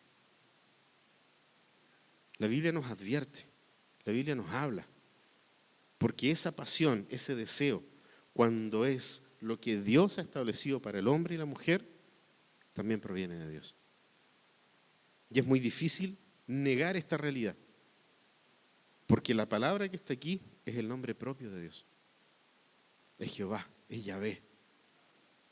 La Biblia nos advierte, la Biblia nos habla, porque esa pasión, ese deseo, cuando es lo que Dios ha establecido para el hombre y la mujer, también proviene de Dios. Y es muy difícil negar esta realidad, porque la palabra que está aquí es el nombre propio de Dios. Es Jehová, es Yahvé,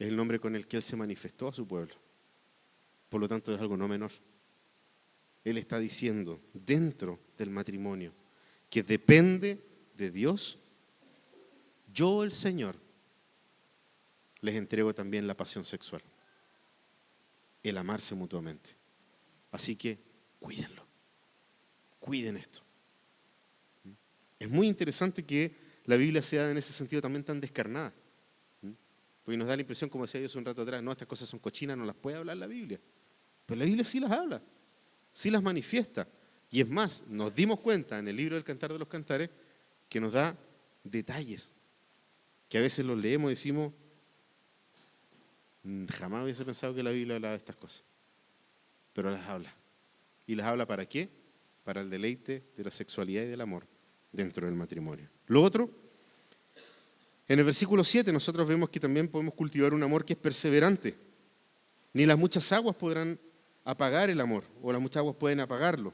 Es el nombre con el que Él se manifestó a su pueblo. Por lo tanto, es algo no menor. Él está diciendo dentro del matrimonio que depende de Dios. Yo, el Señor, les entrego también la pasión sexual, el amarse mutuamente. Así que cuídenlo, cuiden esto. Es muy interesante que la Biblia sea en ese sentido también tan descarnada, porque nos da la impresión, como decía yo hace un rato atrás, no, estas cosas son cochinas, no las puede hablar la Biblia. Pero la Biblia sí las habla, sí las manifiesta. Y es más, nos dimos cuenta en el libro del Cantar de los Cantares que nos da detalles, que a veces los leemos y decimos, jamás hubiese pensado que la Biblia hablaba de estas cosas. Pero las habla. ¿Y las habla para qué? Para el deleite de la sexualidad y del amor dentro del matrimonio. Lo otro, en el versículo 7 nosotros vemos que también podemos cultivar un amor que es perseverante. Ni las muchas aguas podrán apagar el amor, o las muchas aguas pueden apagarlo.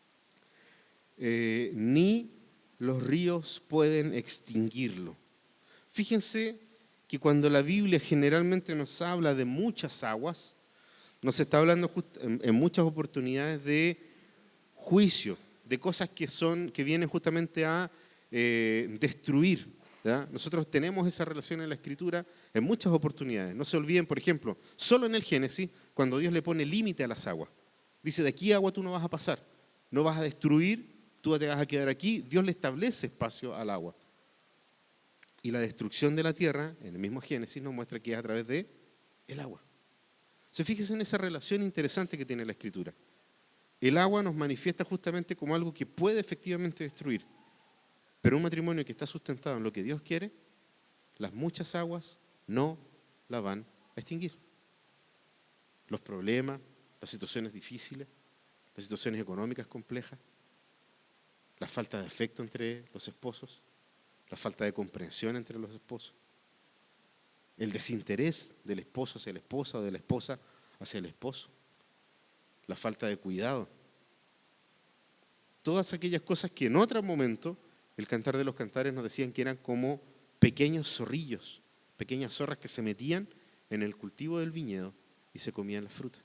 Ni los ríos pueden extinguirlo. Fíjense que cuando la Biblia generalmente nos habla de muchas aguas, nos está hablando en muchas oportunidades de juicio, de cosas que vienen justamente a destruir. ¿Ya? Nosotros tenemos esa relación en la Escritura en muchas oportunidades. No se olviden, por ejemplo, solo en el Génesis, cuando Dios le pone límite a las aguas. Dice, de aquí agua tú no vas a pasar, no vas a destruir, tú te vas a quedar aquí. Dios le establece espacio al agua. Y la destrucción de la tierra, en el mismo Génesis, nos muestra que es a través de el agua. Fíjense en esa relación interesante que tiene la Escritura. El agua nos manifiesta justamente como algo que puede efectivamente destruir. Pero un matrimonio que está sustentado en lo que Dios quiere, las muchas aguas no la van a extinguir. Los problemas, las situaciones difíciles, las situaciones económicas complejas, la falta de afecto entre los esposos, la falta de comprensión entre los esposos, el desinterés del esposo hacia la esposa o de la esposa hacia el esposo, la falta de cuidado. Todas aquellas cosas que en otro momento el Cantar de los Cantares nos decían que eran como pequeños zorrillos, pequeñas zorras que se metían en el cultivo del viñedo y se comían la fruta.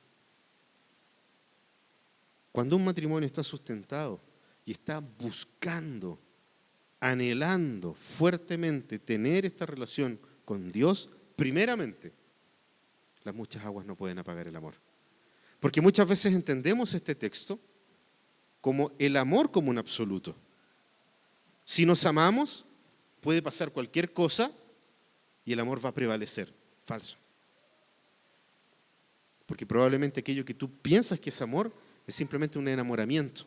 Cuando un matrimonio está sustentado y está buscando, anhelando fuertemente tener esta relación con Dios, primeramente, las muchas aguas no pueden apagar el amor. Porque muchas veces entendemos este texto como el amor como un absoluto. Si nos amamos, puede pasar cualquier cosa y el amor va a prevalecer. Falso. Porque probablemente aquello que tú piensas que es amor es simplemente un enamoramiento.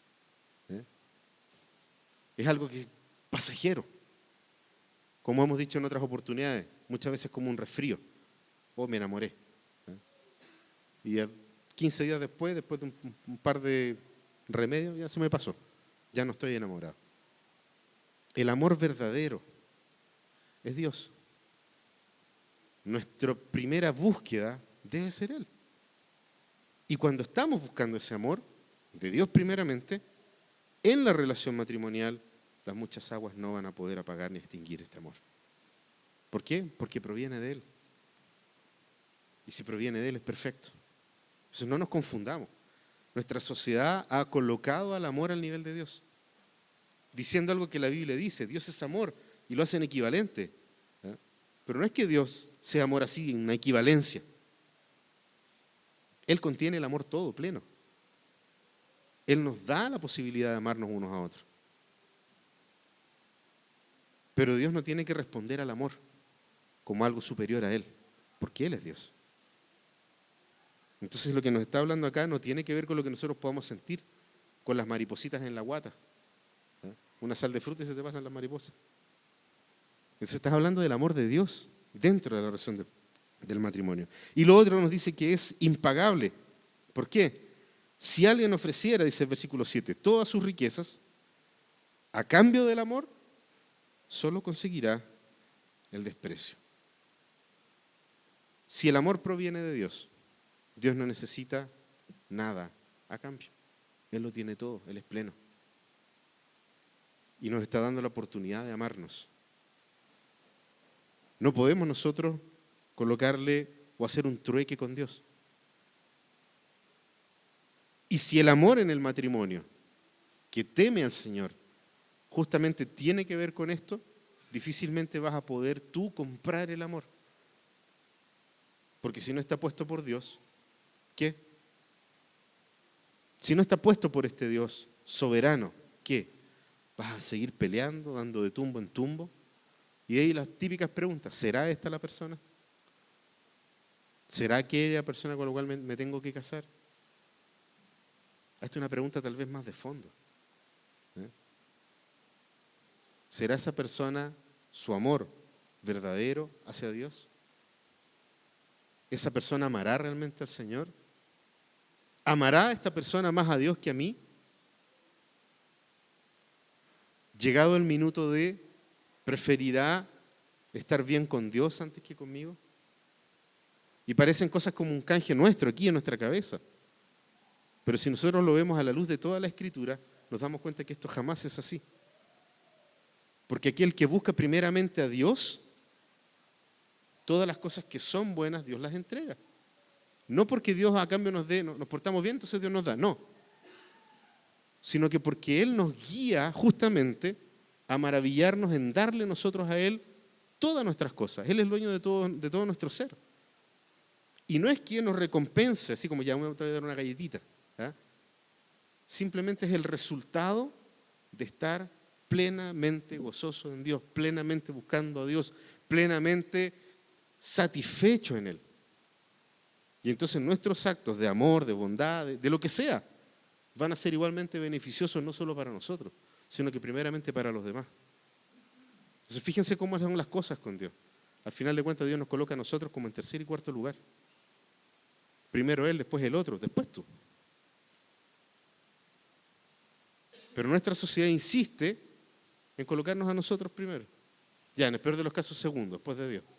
Es algo que es pasajero. Como hemos dicho en otras oportunidades, muchas veces como un resfrío. Oh, me enamoré. Y 15 días después de un par de remedios, ya se me pasó. Ya no estoy enamorado. El amor verdadero es Dios. Nuestra primera búsqueda debe ser Él. Y cuando estamos buscando ese amor de Dios primeramente, en la relación matrimonial, las muchas aguas no van a poder apagar ni extinguir este amor. ¿Por qué? Porque proviene de Él. Y si proviene de Él es perfecto. Entonces no nos confundamos. Nuestra sociedad ha colocado al amor al nivel de Dios, diciendo algo que la Biblia dice, Dios es amor, y lo hacen equivalente. Pero no es que Dios sea amor así, en una equivalencia. Él contiene el amor todo, pleno. Él nos da la posibilidad de amarnos unos a otros. Pero Dios no tiene que responder al amor como algo superior a Él, porque Él es Dios. Entonces lo que nos está hablando acá no tiene que ver con lo que nosotros podamos sentir, con las maripositas en la guata. Una sal de fruta y se te pasan las mariposas. Entonces estás hablando del amor de Dios dentro de la relación del matrimonio. Y lo otro nos dice que es impagable. ¿Por qué? Si alguien ofreciera, dice el versículo 7, todas sus riquezas, a cambio del amor, solo conseguirá el desprecio. Si el amor proviene de Dios, Dios no necesita nada a cambio. Él lo tiene todo, Él es pleno. Y nos está dando la oportunidad de amarnos. No podemos nosotros colocarle o hacer un trueque con Dios. Y si el amor en el matrimonio, que teme al Señor, justamente tiene que ver con esto, difícilmente vas a poder tú comprar el amor. Porque si no está puesto por Dios, ¿qué? Si no está puesto por este Dios soberano, ¿qué? ¿Vas a seguir peleando, dando de tumbo en tumbo? Y ahí las típicas preguntas, ¿será esta la persona? ¿Será aquella persona con la cual me tengo que casar? Esta es una pregunta tal vez más de fondo. ¿Será esa persona su amor verdadero hacia Dios? ¿Esa persona amará realmente al Señor? ¿Amará esta persona más a Dios que a mí? Llegado el minuto de, ¿preferirá estar bien con Dios antes que conmigo? Y parecen cosas como un canje nuestro aquí en nuestra cabeza. Pero si nosotros lo vemos a la luz de toda la Escritura, nos damos cuenta que esto jamás es así. Porque aquel que busca primeramente a Dios, todas las cosas que son buenas, Dios las entrega. No porque Dios a cambio nos dé, nos portamos bien, entonces Dios nos da, no. Sino que porque Él nos guía justamente a maravillarnos en darle nosotros a Él todas nuestras cosas. Él es dueño de todo nuestro ser. Y no es que nos recompense, así como ya me voy a dar una galletita. ¿Ah? Simplemente es el resultado de estar plenamente gozoso en Dios, plenamente buscando a Dios, plenamente satisfecho en Él. Y entonces nuestros actos de amor, de bondad, de lo que sea, van a ser igualmente beneficiosos no solo para nosotros, sino que primeramente para los demás. Entonces fíjense cómo son las cosas con Dios. Al final de cuentas Dios nos coloca a nosotros como en tercer y cuarto lugar. Primero Él, después el otro, después tú. Pero nuestra sociedad insiste en colocarnos a nosotros primero. Ya, en el peor de los casos segundo, después de Dios.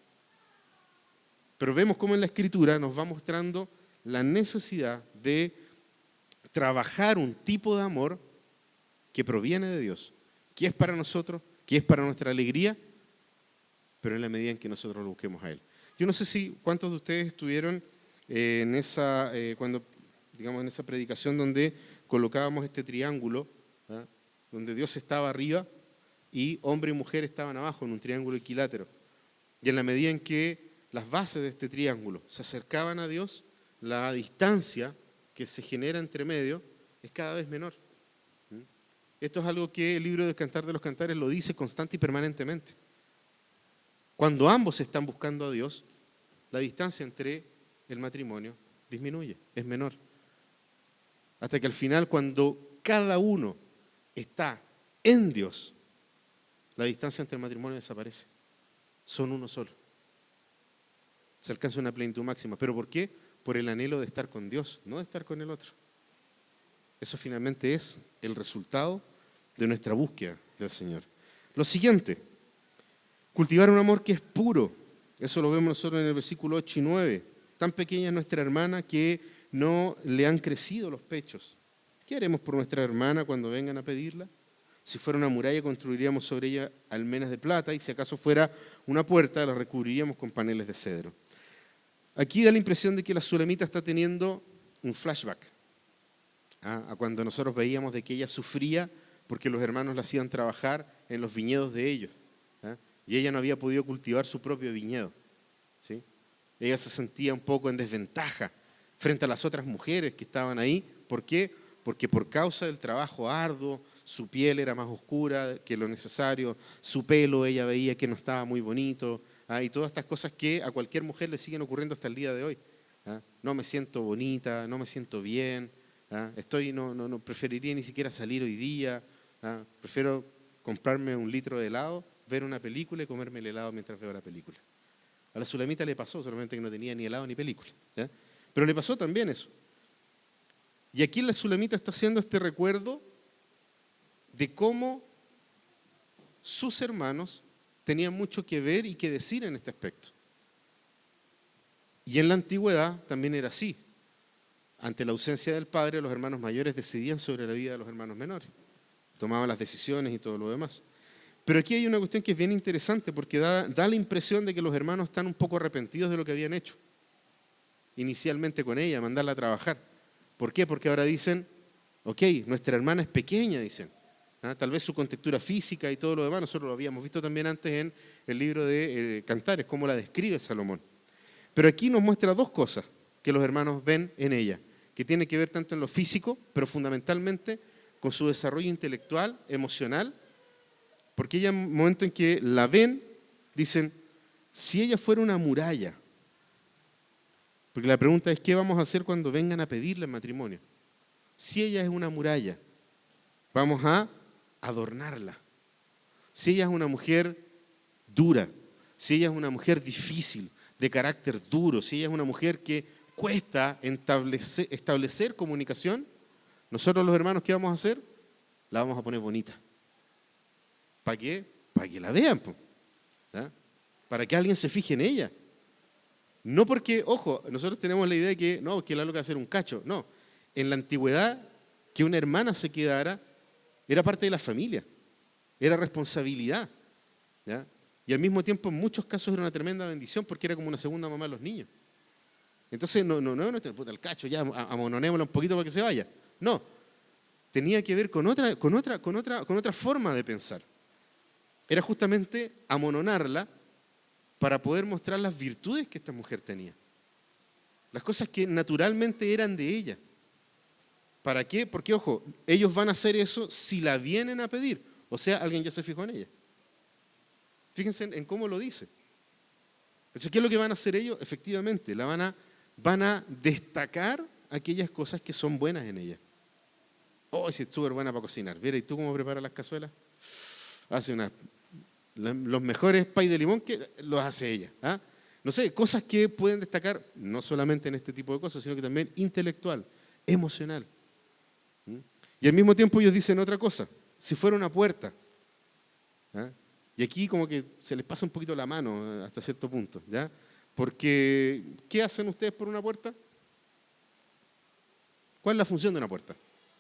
Pero vemos cómo en la Escritura nos va mostrando la necesidad de trabajar un tipo de amor que proviene de Dios, que es para nosotros, que es para nuestra alegría, pero en la medida en que nosotros lo busquemos a Él. Yo no sé si cuántos de ustedes estuvieron en esa predicación donde colocábamos este triángulo, ¿ah? Donde Dios estaba arriba y hombre y mujer estaban abajo en un triángulo equilátero. Y en la medida en que las bases de este triángulo se acercaban a Dios, la distancia que se genera entre medio es cada vez menor. Esto es algo que el libro del Cantar de los Cantares lo dice constante y permanentemente. Cuando ambos están buscando a Dios, la distancia entre el matrimonio disminuye, es menor. Hasta que al final, cuando cada uno está en Dios, la distancia entre el matrimonio desaparece. Son uno solo. Se alcanza una plenitud máxima. ¿Pero por qué? Por el anhelo de estar con Dios, no de estar con el otro. Eso finalmente es el resultado de nuestra búsqueda del Señor. Lo siguiente, cultivar un amor que es puro. Eso lo vemos nosotros en el versículo 8 y 9. Tan pequeña es nuestra hermana que no le han crecido los pechos. ¿Qué haremos por nuestra hermana cuando vengan a pedirla? Si fuera una muralla, construiríamos sobre ella almenas de plata, y si acaso fuera una puerta, la recubriríamos con paneles de cedro. Aquí da la impresión de que la Sulamita está teniendo un flashback a cuando nosotros veíamos de que ella sufría porque los hermanos la hacían trabajar en los viñedos de ellos, y ella no había podido cultivar su propio viñedo, ¿sí? Ella se sentía un poco en desventaja frente a las otras mujeres que estaban ahí. ¿Por qué? Porque por causa del trabajo arduo, su piel era más oscura que lo necesario, su pelo ella veía que no estaba muy bonito, y todas estas cosas que a cualquier mujer le siguen ocurriendo hasta el día de hoy. No me siento bonita, no me siento bien, no preferiría ni siquiera salir hoy día, prefiero comprarme un litro de helado, ver una película y comerme el helado mientras veo la película. A la Sulamita le pasó, solamente que no tenía ni helado ni película, pero le pasó también eso. Y aquí la Sulamita está haciendo este recuerdo de cómo sus hermanos tenían mucho que ver y que decir en este aspecto. Y en la antigüedad también era así. Ante la ausencia del padre, los hermanos mayores decidían sobre la vida de los hermanos menores. Tomaban las decisiones y todo lo demás. Pero aquí hay una cuestión que es bien interesante porque da la impresión de que los hermanos están un poco arrepentidos de lo que habían hecho inicialmente con ella, mandarla a trabajar. ¿Por qué? Porque ahora dicen, ok, nuestra hermana es pequeña, dicen. Tal vez su contextura física y todo lo demás, nosotros lo habíamos visto también antes en el libro de Cantares, cómo la describe Salomón. Pero aquí nos muestra dos cosas que los hermanos ven en ella, que tiene que ver tanto en lo físico, pero fundamentalmente con su desarrollo intelectual, emocional, porque ella, en el momento en que la ven, dicen, si ella fuera una muralla, porque la pregunta es, ¿qué vamos a hacer cuando vengan a pedirle matrimonio? Si ella es una muralla, vamos a adornarla. Si ella es una mujer dura, si ella es una mujer difícil, de carácter duro, si ella es una mujer que cuesta establecer comunicación, nosotros los hermanos, ¿qué vamos a hacer? La vamos a poner bonita. ¿Para qué? Para que la vean, ¿ah? Para que alguien se fije en ella. No porque, ojo, nosotros tenemos la idea de que no, que la loca va a ser un cacho. No, en la antigüedad, que una hermana se quedara era parte de la familia, era responsabilidad, ¿ya? Y al mismo tiempo en muchos casos era una tremenda bendición porque era como una segunda mamá a los niños. Entonces no, puta, el cacho, ya amononémosla un poquito para que se vaya. No, tenía que ver con otra forma de pensar. Era justamente amononarla para poder mostrar las virtudes que esta mujer tenía. Las cosas que naturalmente eran de ella. ¿Para qué? Porque, ojo, ellos van a hacer eso si la vienen a pedir. O sea, alguien ya se fijó en ella. Fíjense en cómo lo dice. Entonces, ¿qué es lo que van a hacer ellos? Efectivamente, van a destacar aquellas cosas que son buenas en ella. Oh, sí, es súper buena para cocinar. Mira, ¿y tú cómo preparas las cazuelas? Hace los mejores pay de limón que los hace ella. ¿Ah? No sé, cosas que pueden destacar, no solamente en este tipo de cosas, sino que también intelectual, emocional. Y al mismo tiempo ellos dicen otra cosa, si fuera una puerta. ¿Ah? Y aquí como que se les pasa un poquito la mano hasta cierto punto, ¿ya? Porque, ¿qué hacen ustedes por una puerta? ¿Cuál es la función de una puerta?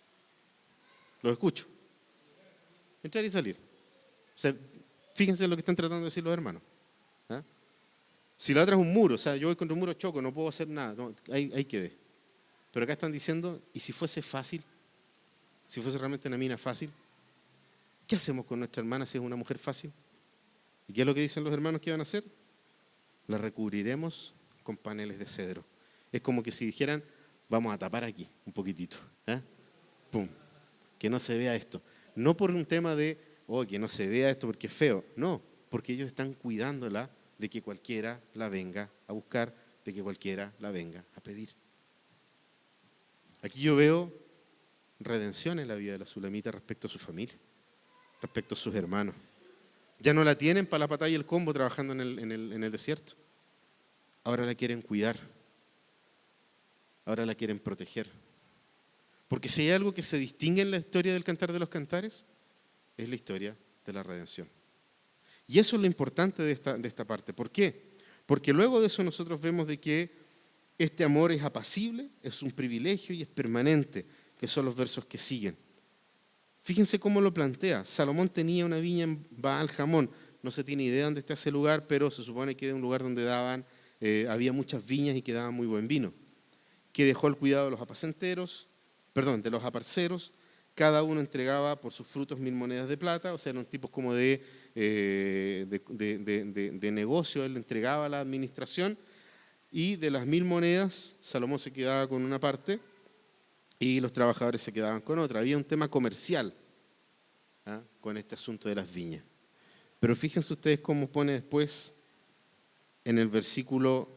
Los escucho. Entrar y salir. O sea, fíjense en lo que están tratando de decir los hermanos. ¿Ah? Si la otra es un muro, o sea, yo voy contra un muro, choco, no puedo hacer nada, no, ahí quedé. Pero acá están diciendo, ¿y si fuese fácil? Si fuese realmente una mina fácil, ¿qué hacemos con nuestra hermana si es una mujer fácil? ¿Y qué es lo que dicen los hermanos que van a hacer? La recubriremos con paneles de cedro. Es como que si dijeran, vamos a tapar aquí un poquitito. ¿Eh? ¡Pum! Que no se vea esto. No por un tema de, oh, que no se vea esto porque es feo. No, porque ellos están cuidándola de que cualquiera la venga a buscar, de que cualquiera la venga a pedir. Aquí yo veo redención en la vida de la Sulamita respecto a su familia, respecto a sus hermanos. Ya no la tienen para la patada y el combo trabajando en el desierto. Ahora la quieren cuidar. Ahora la quieren proteger. Porque si hay algo que se distingue en la historia del Cantar de los Cantares, es la historia de la redención. Y eso es lo importante de esta parte. ¿Por qué? Porque luego de eso nosotros vemos de que este amor es apacible, es un privilegio y es permanente, que son los versos que siguen. Fíjense cómo lo plantea. Salomón tenía una viña en Baal Jamón. No se tiene idea dónde está ese lugar, pero se supone que era un lugar donde había muchas viñas y que daban muy buen vino. Que dejó el cuidado de los de los aparceros. Cada uno entregaba por sus frutos 1000 monedas de plata, o sea, eran tipos como de negocio. Él entregaba a la administración y de las 1000 monedas, Salomón se quedaba con una parte y los trabajadores se quedaban con otra. Había un tema comercial con este asunto de las viñas. Pero fíjense ustedes cómo pone después en el versículo,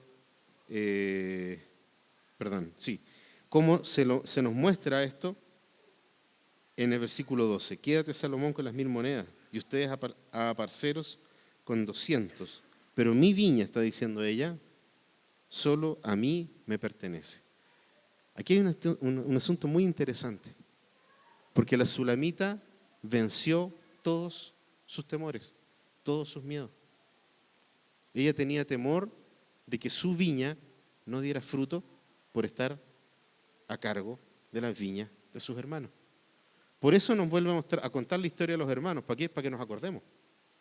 cómo se nos muestra esto en el versículo 12. Quédate, Salomón, con las 1000 monedas y ustedes a parceros con 200. Pero mi viña, está diciendo ella, solo a mí me pertenece. Aquí hay un asunto muy interesante, porque la Sulamita venció todos sus temores, todos sus miedos. Ella tenía temor de que su viña no diera fruto por estar a cargo de las viñas de sus hermanos. Por eso nos vuelve a contar la historia de los hermanos. ¿Para qué? Para que nos acordemos.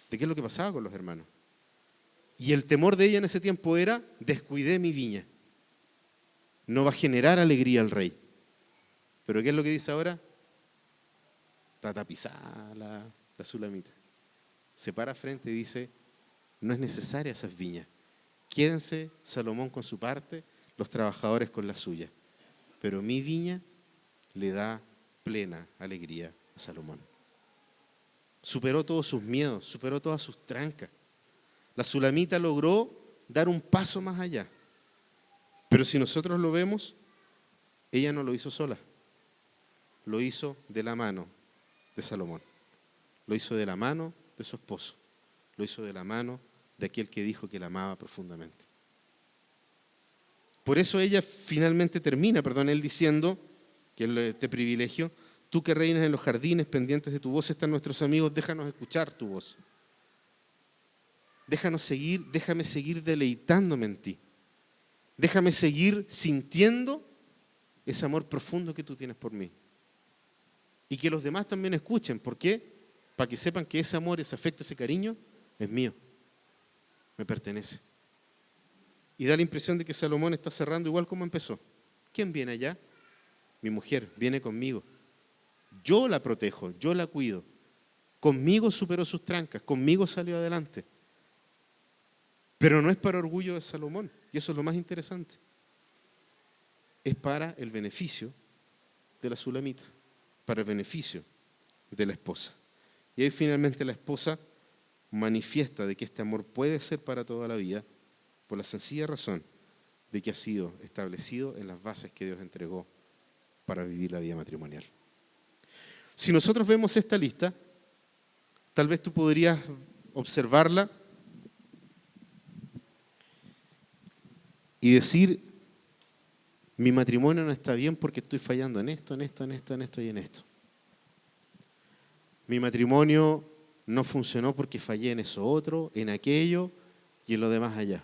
de qué es lo que pasaba con los hermanos. Y el temor de ella en ese tiempo era, descuidé mi viña. No va a generar alegría al rey. Pero ¿qué es lo que dice ahora? Está tapizada la sulamita. Se para frente y dice, no es necesaria esas viñas. Quédense Salomón con su parte, los trabajadores con la suya. Pero mi viña le da plena alegría a Salomón. Superó todos sus miedos, superó todas sus trancas. La sulamita logró dar un paso más allá. Pero si nosotros lo vemos, ella no lo hizo sola. Lo hizo de la mano de Salomón. Lo hizo de la mano de su esposo. Lo hizo de la mano de aquel que dijo que la amaba profundamente. Por eso ella finalmente termina, él diciendo, que es este privilegio, tú que reinas en los jardines, pendientes de tu voz están nuestros amigos, déjanos escuchar tu voz. Déjame seguir deleitándome en ti. Déjame seguir sintiendo ese amor profundo que tú tienes por mí. Y que los demás también escuchen. ¿Por qué? Para que sepan que ese amor, ese afecto, ese cariño es mío. Me pertenece. Y da la impresión de que Salomón está cerrando igual como empezó. ¿Quién viene allá? Mi mujer viene conmigo. Yo la protejo, yo la cuido. Conmigo superó sus trancas, conmigo salió adelante. Pero no es para orgullo de Salomón, y eso es lo más interesante. Es para el beneficio de la sulamita, para el beneficio de la esposa. Y ahí finalmente la esposa manifiesta de que este amor puede ser para toda la vida por la sencilla razón de que ha sido establecido en las bases que Dios entregó para vivir la vida matrimonial. Si nosotros vemos esta lista, tal vez tú podrías observarla y decir, mi matrimonio no está bien porque estoy fallando en esto, en esto, en esto, en esto y en esto. Mi matrimonio no funcionó porque fallé en eso otro, en aquello y en lo demás allá.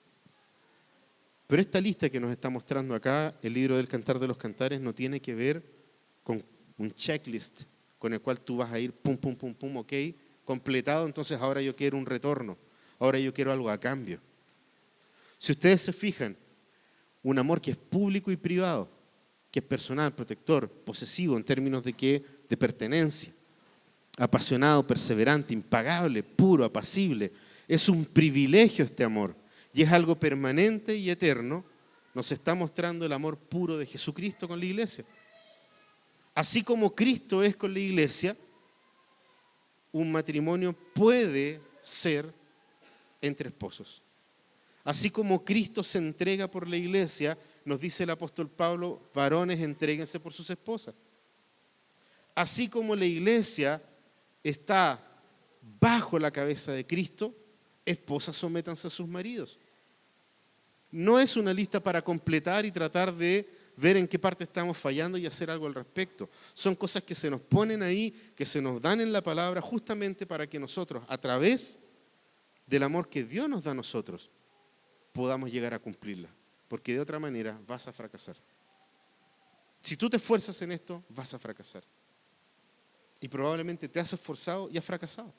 Pero esta lista que nos está mostrando acá, el libro del Cantar de los Cantares, no tiene que ver con un checklist con el cual tú vas a ir pum, pum, pum, pum, ok, completado, entonces ahora yo quiero un retorno, ahora yo quiero algo a cambio. Si ustedes se fijan, un amor que es público y privado, que es personal, protector, posesivo en términos de qué, de pertenencia, apasionado, perseverante, impagable, puro, apacible, es un privilegio este amor y es algo permanente y eterno, nos está mostrando el amor puro de Jesucristo con la iglesia. Así como Cristo es con la iglesia, un matrimonio puede ser entre esposos. Así como Cristo se entrega por la iglesia, nos dice el apóstol Pablo, varones, entréguense por sus esposas. Así como la iglesia está bajo la cabeza de Cristo, esposas sométanse a sus maridos. No es una lista para completar y tratar de ver en qué parte estamos fallando y hacer algo al respecto. Son cosas que se nos ponen ahí, que se nos dan en la palabra justamente para que nosotros, a través del amor que Dios nos da a nosotros, podamos llegar a cumplirla. Porque de otra manera vas a fracasar. Si tú te esfuerzas en esto, vas a fracasar. Y probablemente te has esforzado y has fracasado.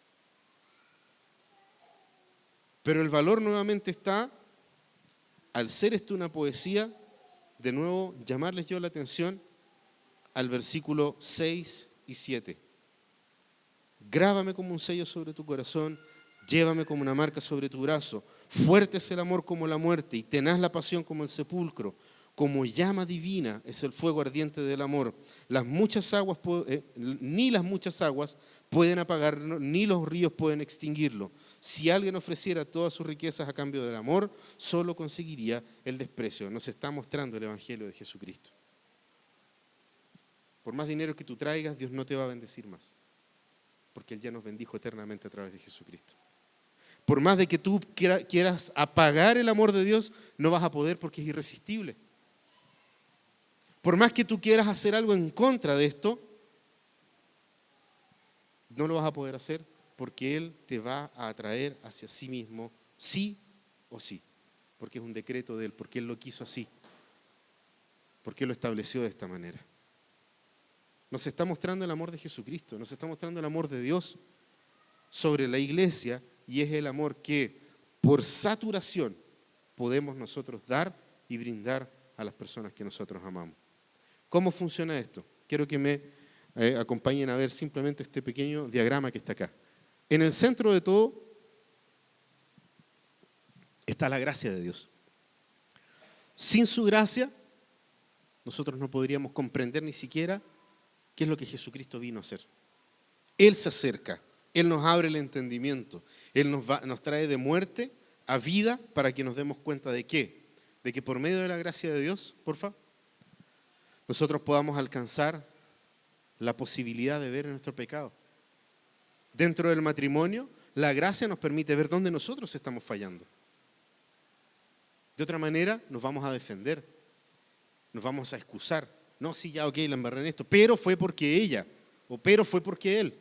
Pero el valor nuevamente está, al ser esto una poesía, de nuevo llamarles yo la atención al versículo 6 y 7. Grábame como un sello sobre tu corazón, llévame como una marca sobre tu brazo. Fuerte es el amor como la muerte y tenaz la pasión como el sepulcro. Como llama divina es el fuego ardiente del amor. Ni las muchas aguas pueden apagarlo, ni los ríos pueden extinguirlo. Si alguien ofreciera todas sus riquezas a cambio del amor, solo conseguiría el desprecio. Nos está mostrando el Evangelio de Jesucristo. Por más dinero que tú traigas, Dios no te va a bendecir más, porque Él ya nos bendijo eternamente a través de Jesucristo. Por más de que tú quieras apagar el amor de Dios, no vas a poder porque es irresistible. Por más que tú quieras hacer algo en contra de esto, no lo vas a poder hacer porque Él te va a atraer hacia sí mismo, sí o sí. Porque es un decreto de Él, porque Él lo quiso así. Porque Él lo estableció de esta manera. Nos está mostrando el amor de Jesucristo, nos está mostrando el amor de Dios. sobre la iglesia y es el amor que por saturación podemos nosotros dar y brindar a las personas que nosotros amamos. ¿Cómo funciona esto? Quiero que me acompañen a ver simplemente este pequeño diagrama que está acá. En el centro de todo está la gracia de Dios. Sin su gracia, nosotros no podríamos comprender ni siquiera qué es lo que Jesucristo vino a hacer. Él se acerca, Él nos abre el entendimiento, Él nos trae de muerte a vida para que nos demos cuenta de qué, de que por medio de la gracia de Dios, porfa, nosotros podamos alcanzar la posibilidad de ver nuestro pecado. Dentro del matrimonio, la gracia nos permite ver dónde nosotros estamos fallando. De otra manera, nos vamos a defender, nos vamos a excusar. No, sí, ya, ok, la embarré en esto, pero fue porque ella, o pero fue porque él.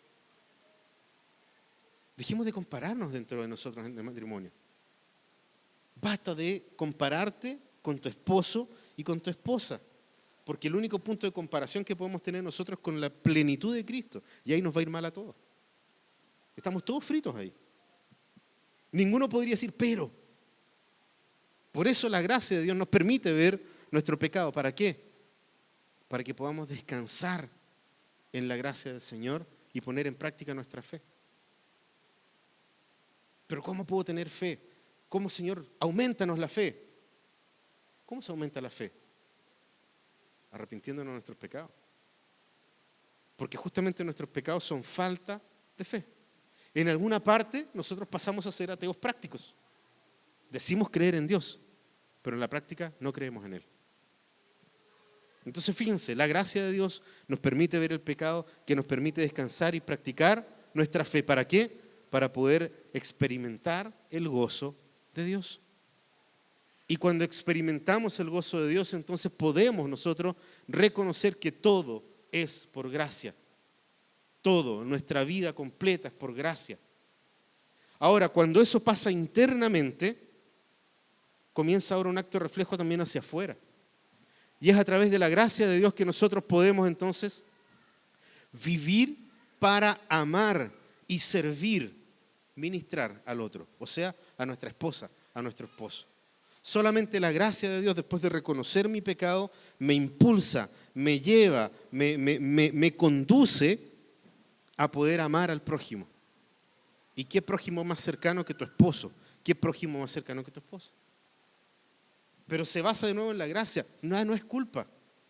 Dejemos de compararnos dentro de nosotros en el matrimonio. Basta de compararte con tu esposo y con tu esposa, porque el único punto de comparación que podemos tener nosotros es con la plenitud de Cristo, y ahí nos va a ir mal a todos. Estamos todos fritos ahí. Ninguno podría decir, pero. Por eso la gracia de Dios nos permite ver nuestro pecado. ¿Para qué? Para que podamos descansar en la gracia del Señor y poner en práctica nuestra fe. Pero ¿cómo puedo tener fe? ¿Cómo, Señor? Aumentanos la fe. ¿Cómo se aumenta la fe? Arrepintiéndonos de nuestros pecados. Porque justamente nuestros pecados son falta de fe. En alguna parte nosotros pasamos a ser ateos prácticos. Decimos creer en Dios, pero en la práctica no creemos en Él. Entonces fíjense, la gracia de Dios nos permite ver el pecado, que nos permite descansar y practicar nuestra fe. ¿Para qué? Para poder experimentar el gozo de Dios. Y cuando experimentamos el gozo de Dios, entonces podemos nosotros reconocer que todo es por gracia. Todo, nuestra vida completa es por gracia. Ahora, cuando eso pasa internamente, comienza ahora un acto de reflejo también hacia afuera. Y es a través de la gracia de Dios que nosotros podemos entonces vivir para amar y servir, ministrar al otro, o sea, a nuestra esposa, a nuestro esposo. Solamente la gracia de Dios, después de reconocer mi pecado, me impulsa, me lleva, me conduce a poder amar al prójimo. ¿Y qué prójimo más cercano que tu esposo? ¿Qué prójimo más cercano que tu esposa? Pero se basa de nuevo en la gracia. No es culpa.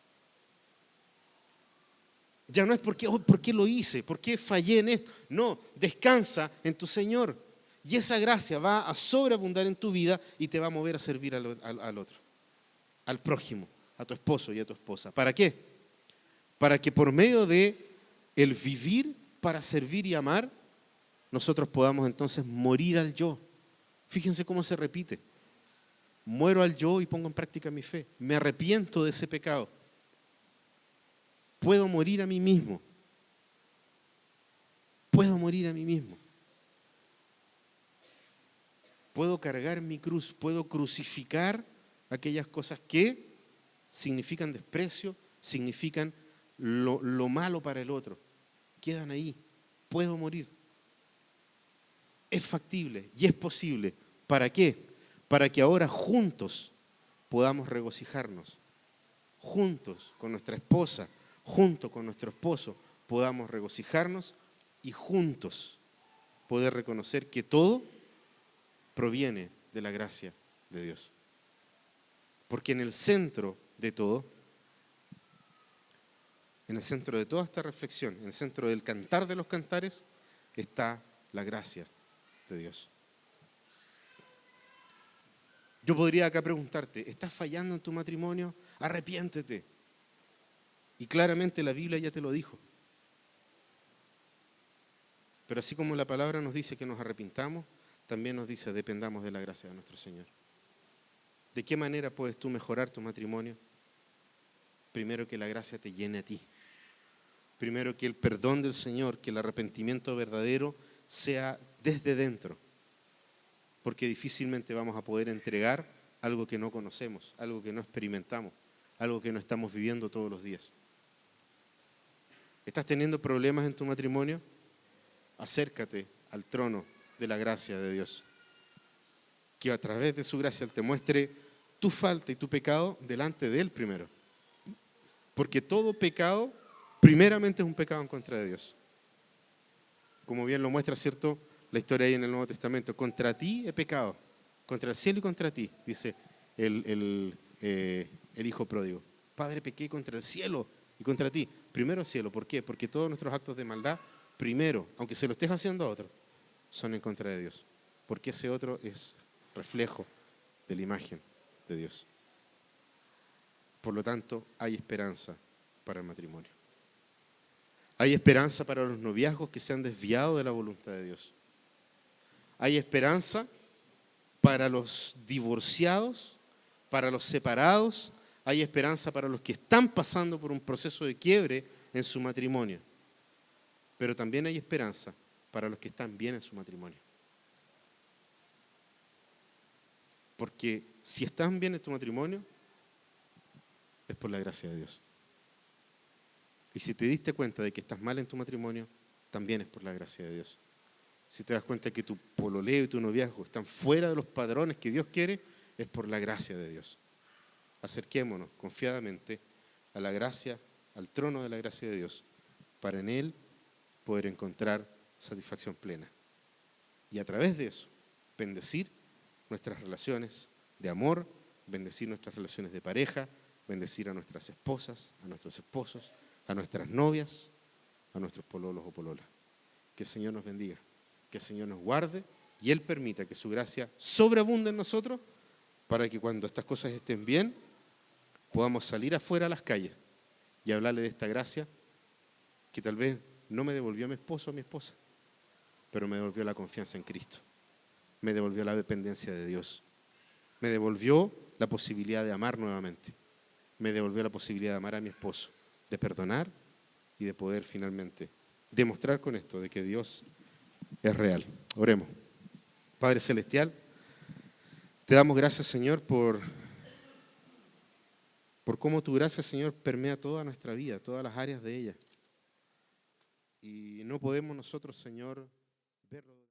Ya no es ¿por qué lo hice? ¿Por qué fallé en esto? No, descansa en tu Señor. Y esa gracia va a sobreabundar en tu vida y te va a mover a servir al otro, al prójimo, a tu esposo y a tu esposa. ¿Para qué? Para que por medio de el vivir para servir y amar, nosotros podamos entonces morir al yo. Fíjense cómo se repite. Muero al yo y pongo en práctica mi fe. Me arrepiento de ese pecado. Puedo morir a mí mismo. Puedo morir a mí mismo. Puedo cargar mi cruz, puedo crucificar aquellas cosas que significan desprecio, significan lo malo para el otro. Quedan ahí. Puedo morir. Es factible y es posible. ¿Para qué? Para que ahora juntos podamos regocijarnos. Juntos con nuestra esposa, junto con nuestro esposo, podamos regocijarnos y juntos poder reconocer que todo proviene de la gracia de Dios. Porque en el centro de todo, en el centro de toda esta reflexión, en el centro del cantar de los cantares, está la gracia de Dios. Yo podría acá preguntarte, ¿estás fallando en tu matrimonio? Arrepiéntete. Y claramente la Biblia ya te lo dijo. Pero así como la palabra nos dice que nos arrepintamos, también nos dice dependamos de la gracia de nuestro Señor. ¿De qué manera puedes tú mejorar tu matrimonio? Primero que la gracia te llene a ti. Primero que el perdón del Señor, que el arrepentimiento verdadero sea desde dentro. Porque difícilmente vamos a poder entregar algo que no conocemos, algo que no experimentamos, algo que no estamos viviendo todos los días. ¿Estás teniendo problemas en tu matrimonio? Acércate al trono de la gracia de Dios. Que a través de su gracia Él te muestre tu falta y tu pecado delante de Él primero. Porque todo pecado, primeramente, es un pecado en contra de Dios. Como bien lo muestra, ¿cierto?, la historia ahí en el Nuevo Testamento. Contra ti he pecado, contra el cielo y contra ti, dice el hijo pródigo. Padre, pequé contra el cielo y contra ti. Primero el cielo, ¿por qué? Porque todos nuestros actos de maldad, primero, aunque se lo estés haciendo a otro, son en contra de Dios. Porque ese otro es reflejo de la imagen de Dios. Por lo tanto, hay esperanza para el matrimonio. Hay esperanza para los noviazgos que se han desviado de la voluntad de Dios. Hay esperanza para los divorciados, para los separados. Hay esperanza para los que están pasando por un proceso de quiebre en su matrimonio. Pero también hay esperanza para los que están bien en su matrimonio. Porque si están bien en tu matrimonio, es por la gracia de Dios. Y si te diste cuenta de que estás mal en tu matrimonio, también es por la gracia de Dios. Si te das cuenta que tu pololeo y tu noviazgo están fuera de los padrones que Dios quiere, es por la gracia de Dios. Acerquémonos confiadamente a la gracia, al trono de la gracia de Dios, para en Él poder encontrar satisfacción plena. Y a través de eso, bendecir nuestras relaciones de amor, bendecir nuestras relaciones de pareja, bendecir a nuestras esposas, a nuestros esposos, a nuestras novias, a nuestros pololos o pololas. Que el Señor nos bendiga, que el Señor nos guarde y Él permita que su gracia sobreabunde en nosotros para que cuando estas cosas estén bien, podamos salir afuera a las calles y hablarle de esta gracia que tal vez no me devolvió a mi esposo o a mi esposa, pero me devolvió la confianza en Cristo, me devolvió la dependencia de Dios, me devolvió la posibilidad de amar nuevamente, me devolvió la posibilidad de amar a mi esposo, de perdonar y de poder finalmente demostrar con esto de que Dios es real. Oremos. Padre Celestial, te damos gracias, Señor, por cómo tu gracia, Señor, permea toda nuestra vida, todas las áreas de ella. Y no podemos nosotros, Señor, verlo.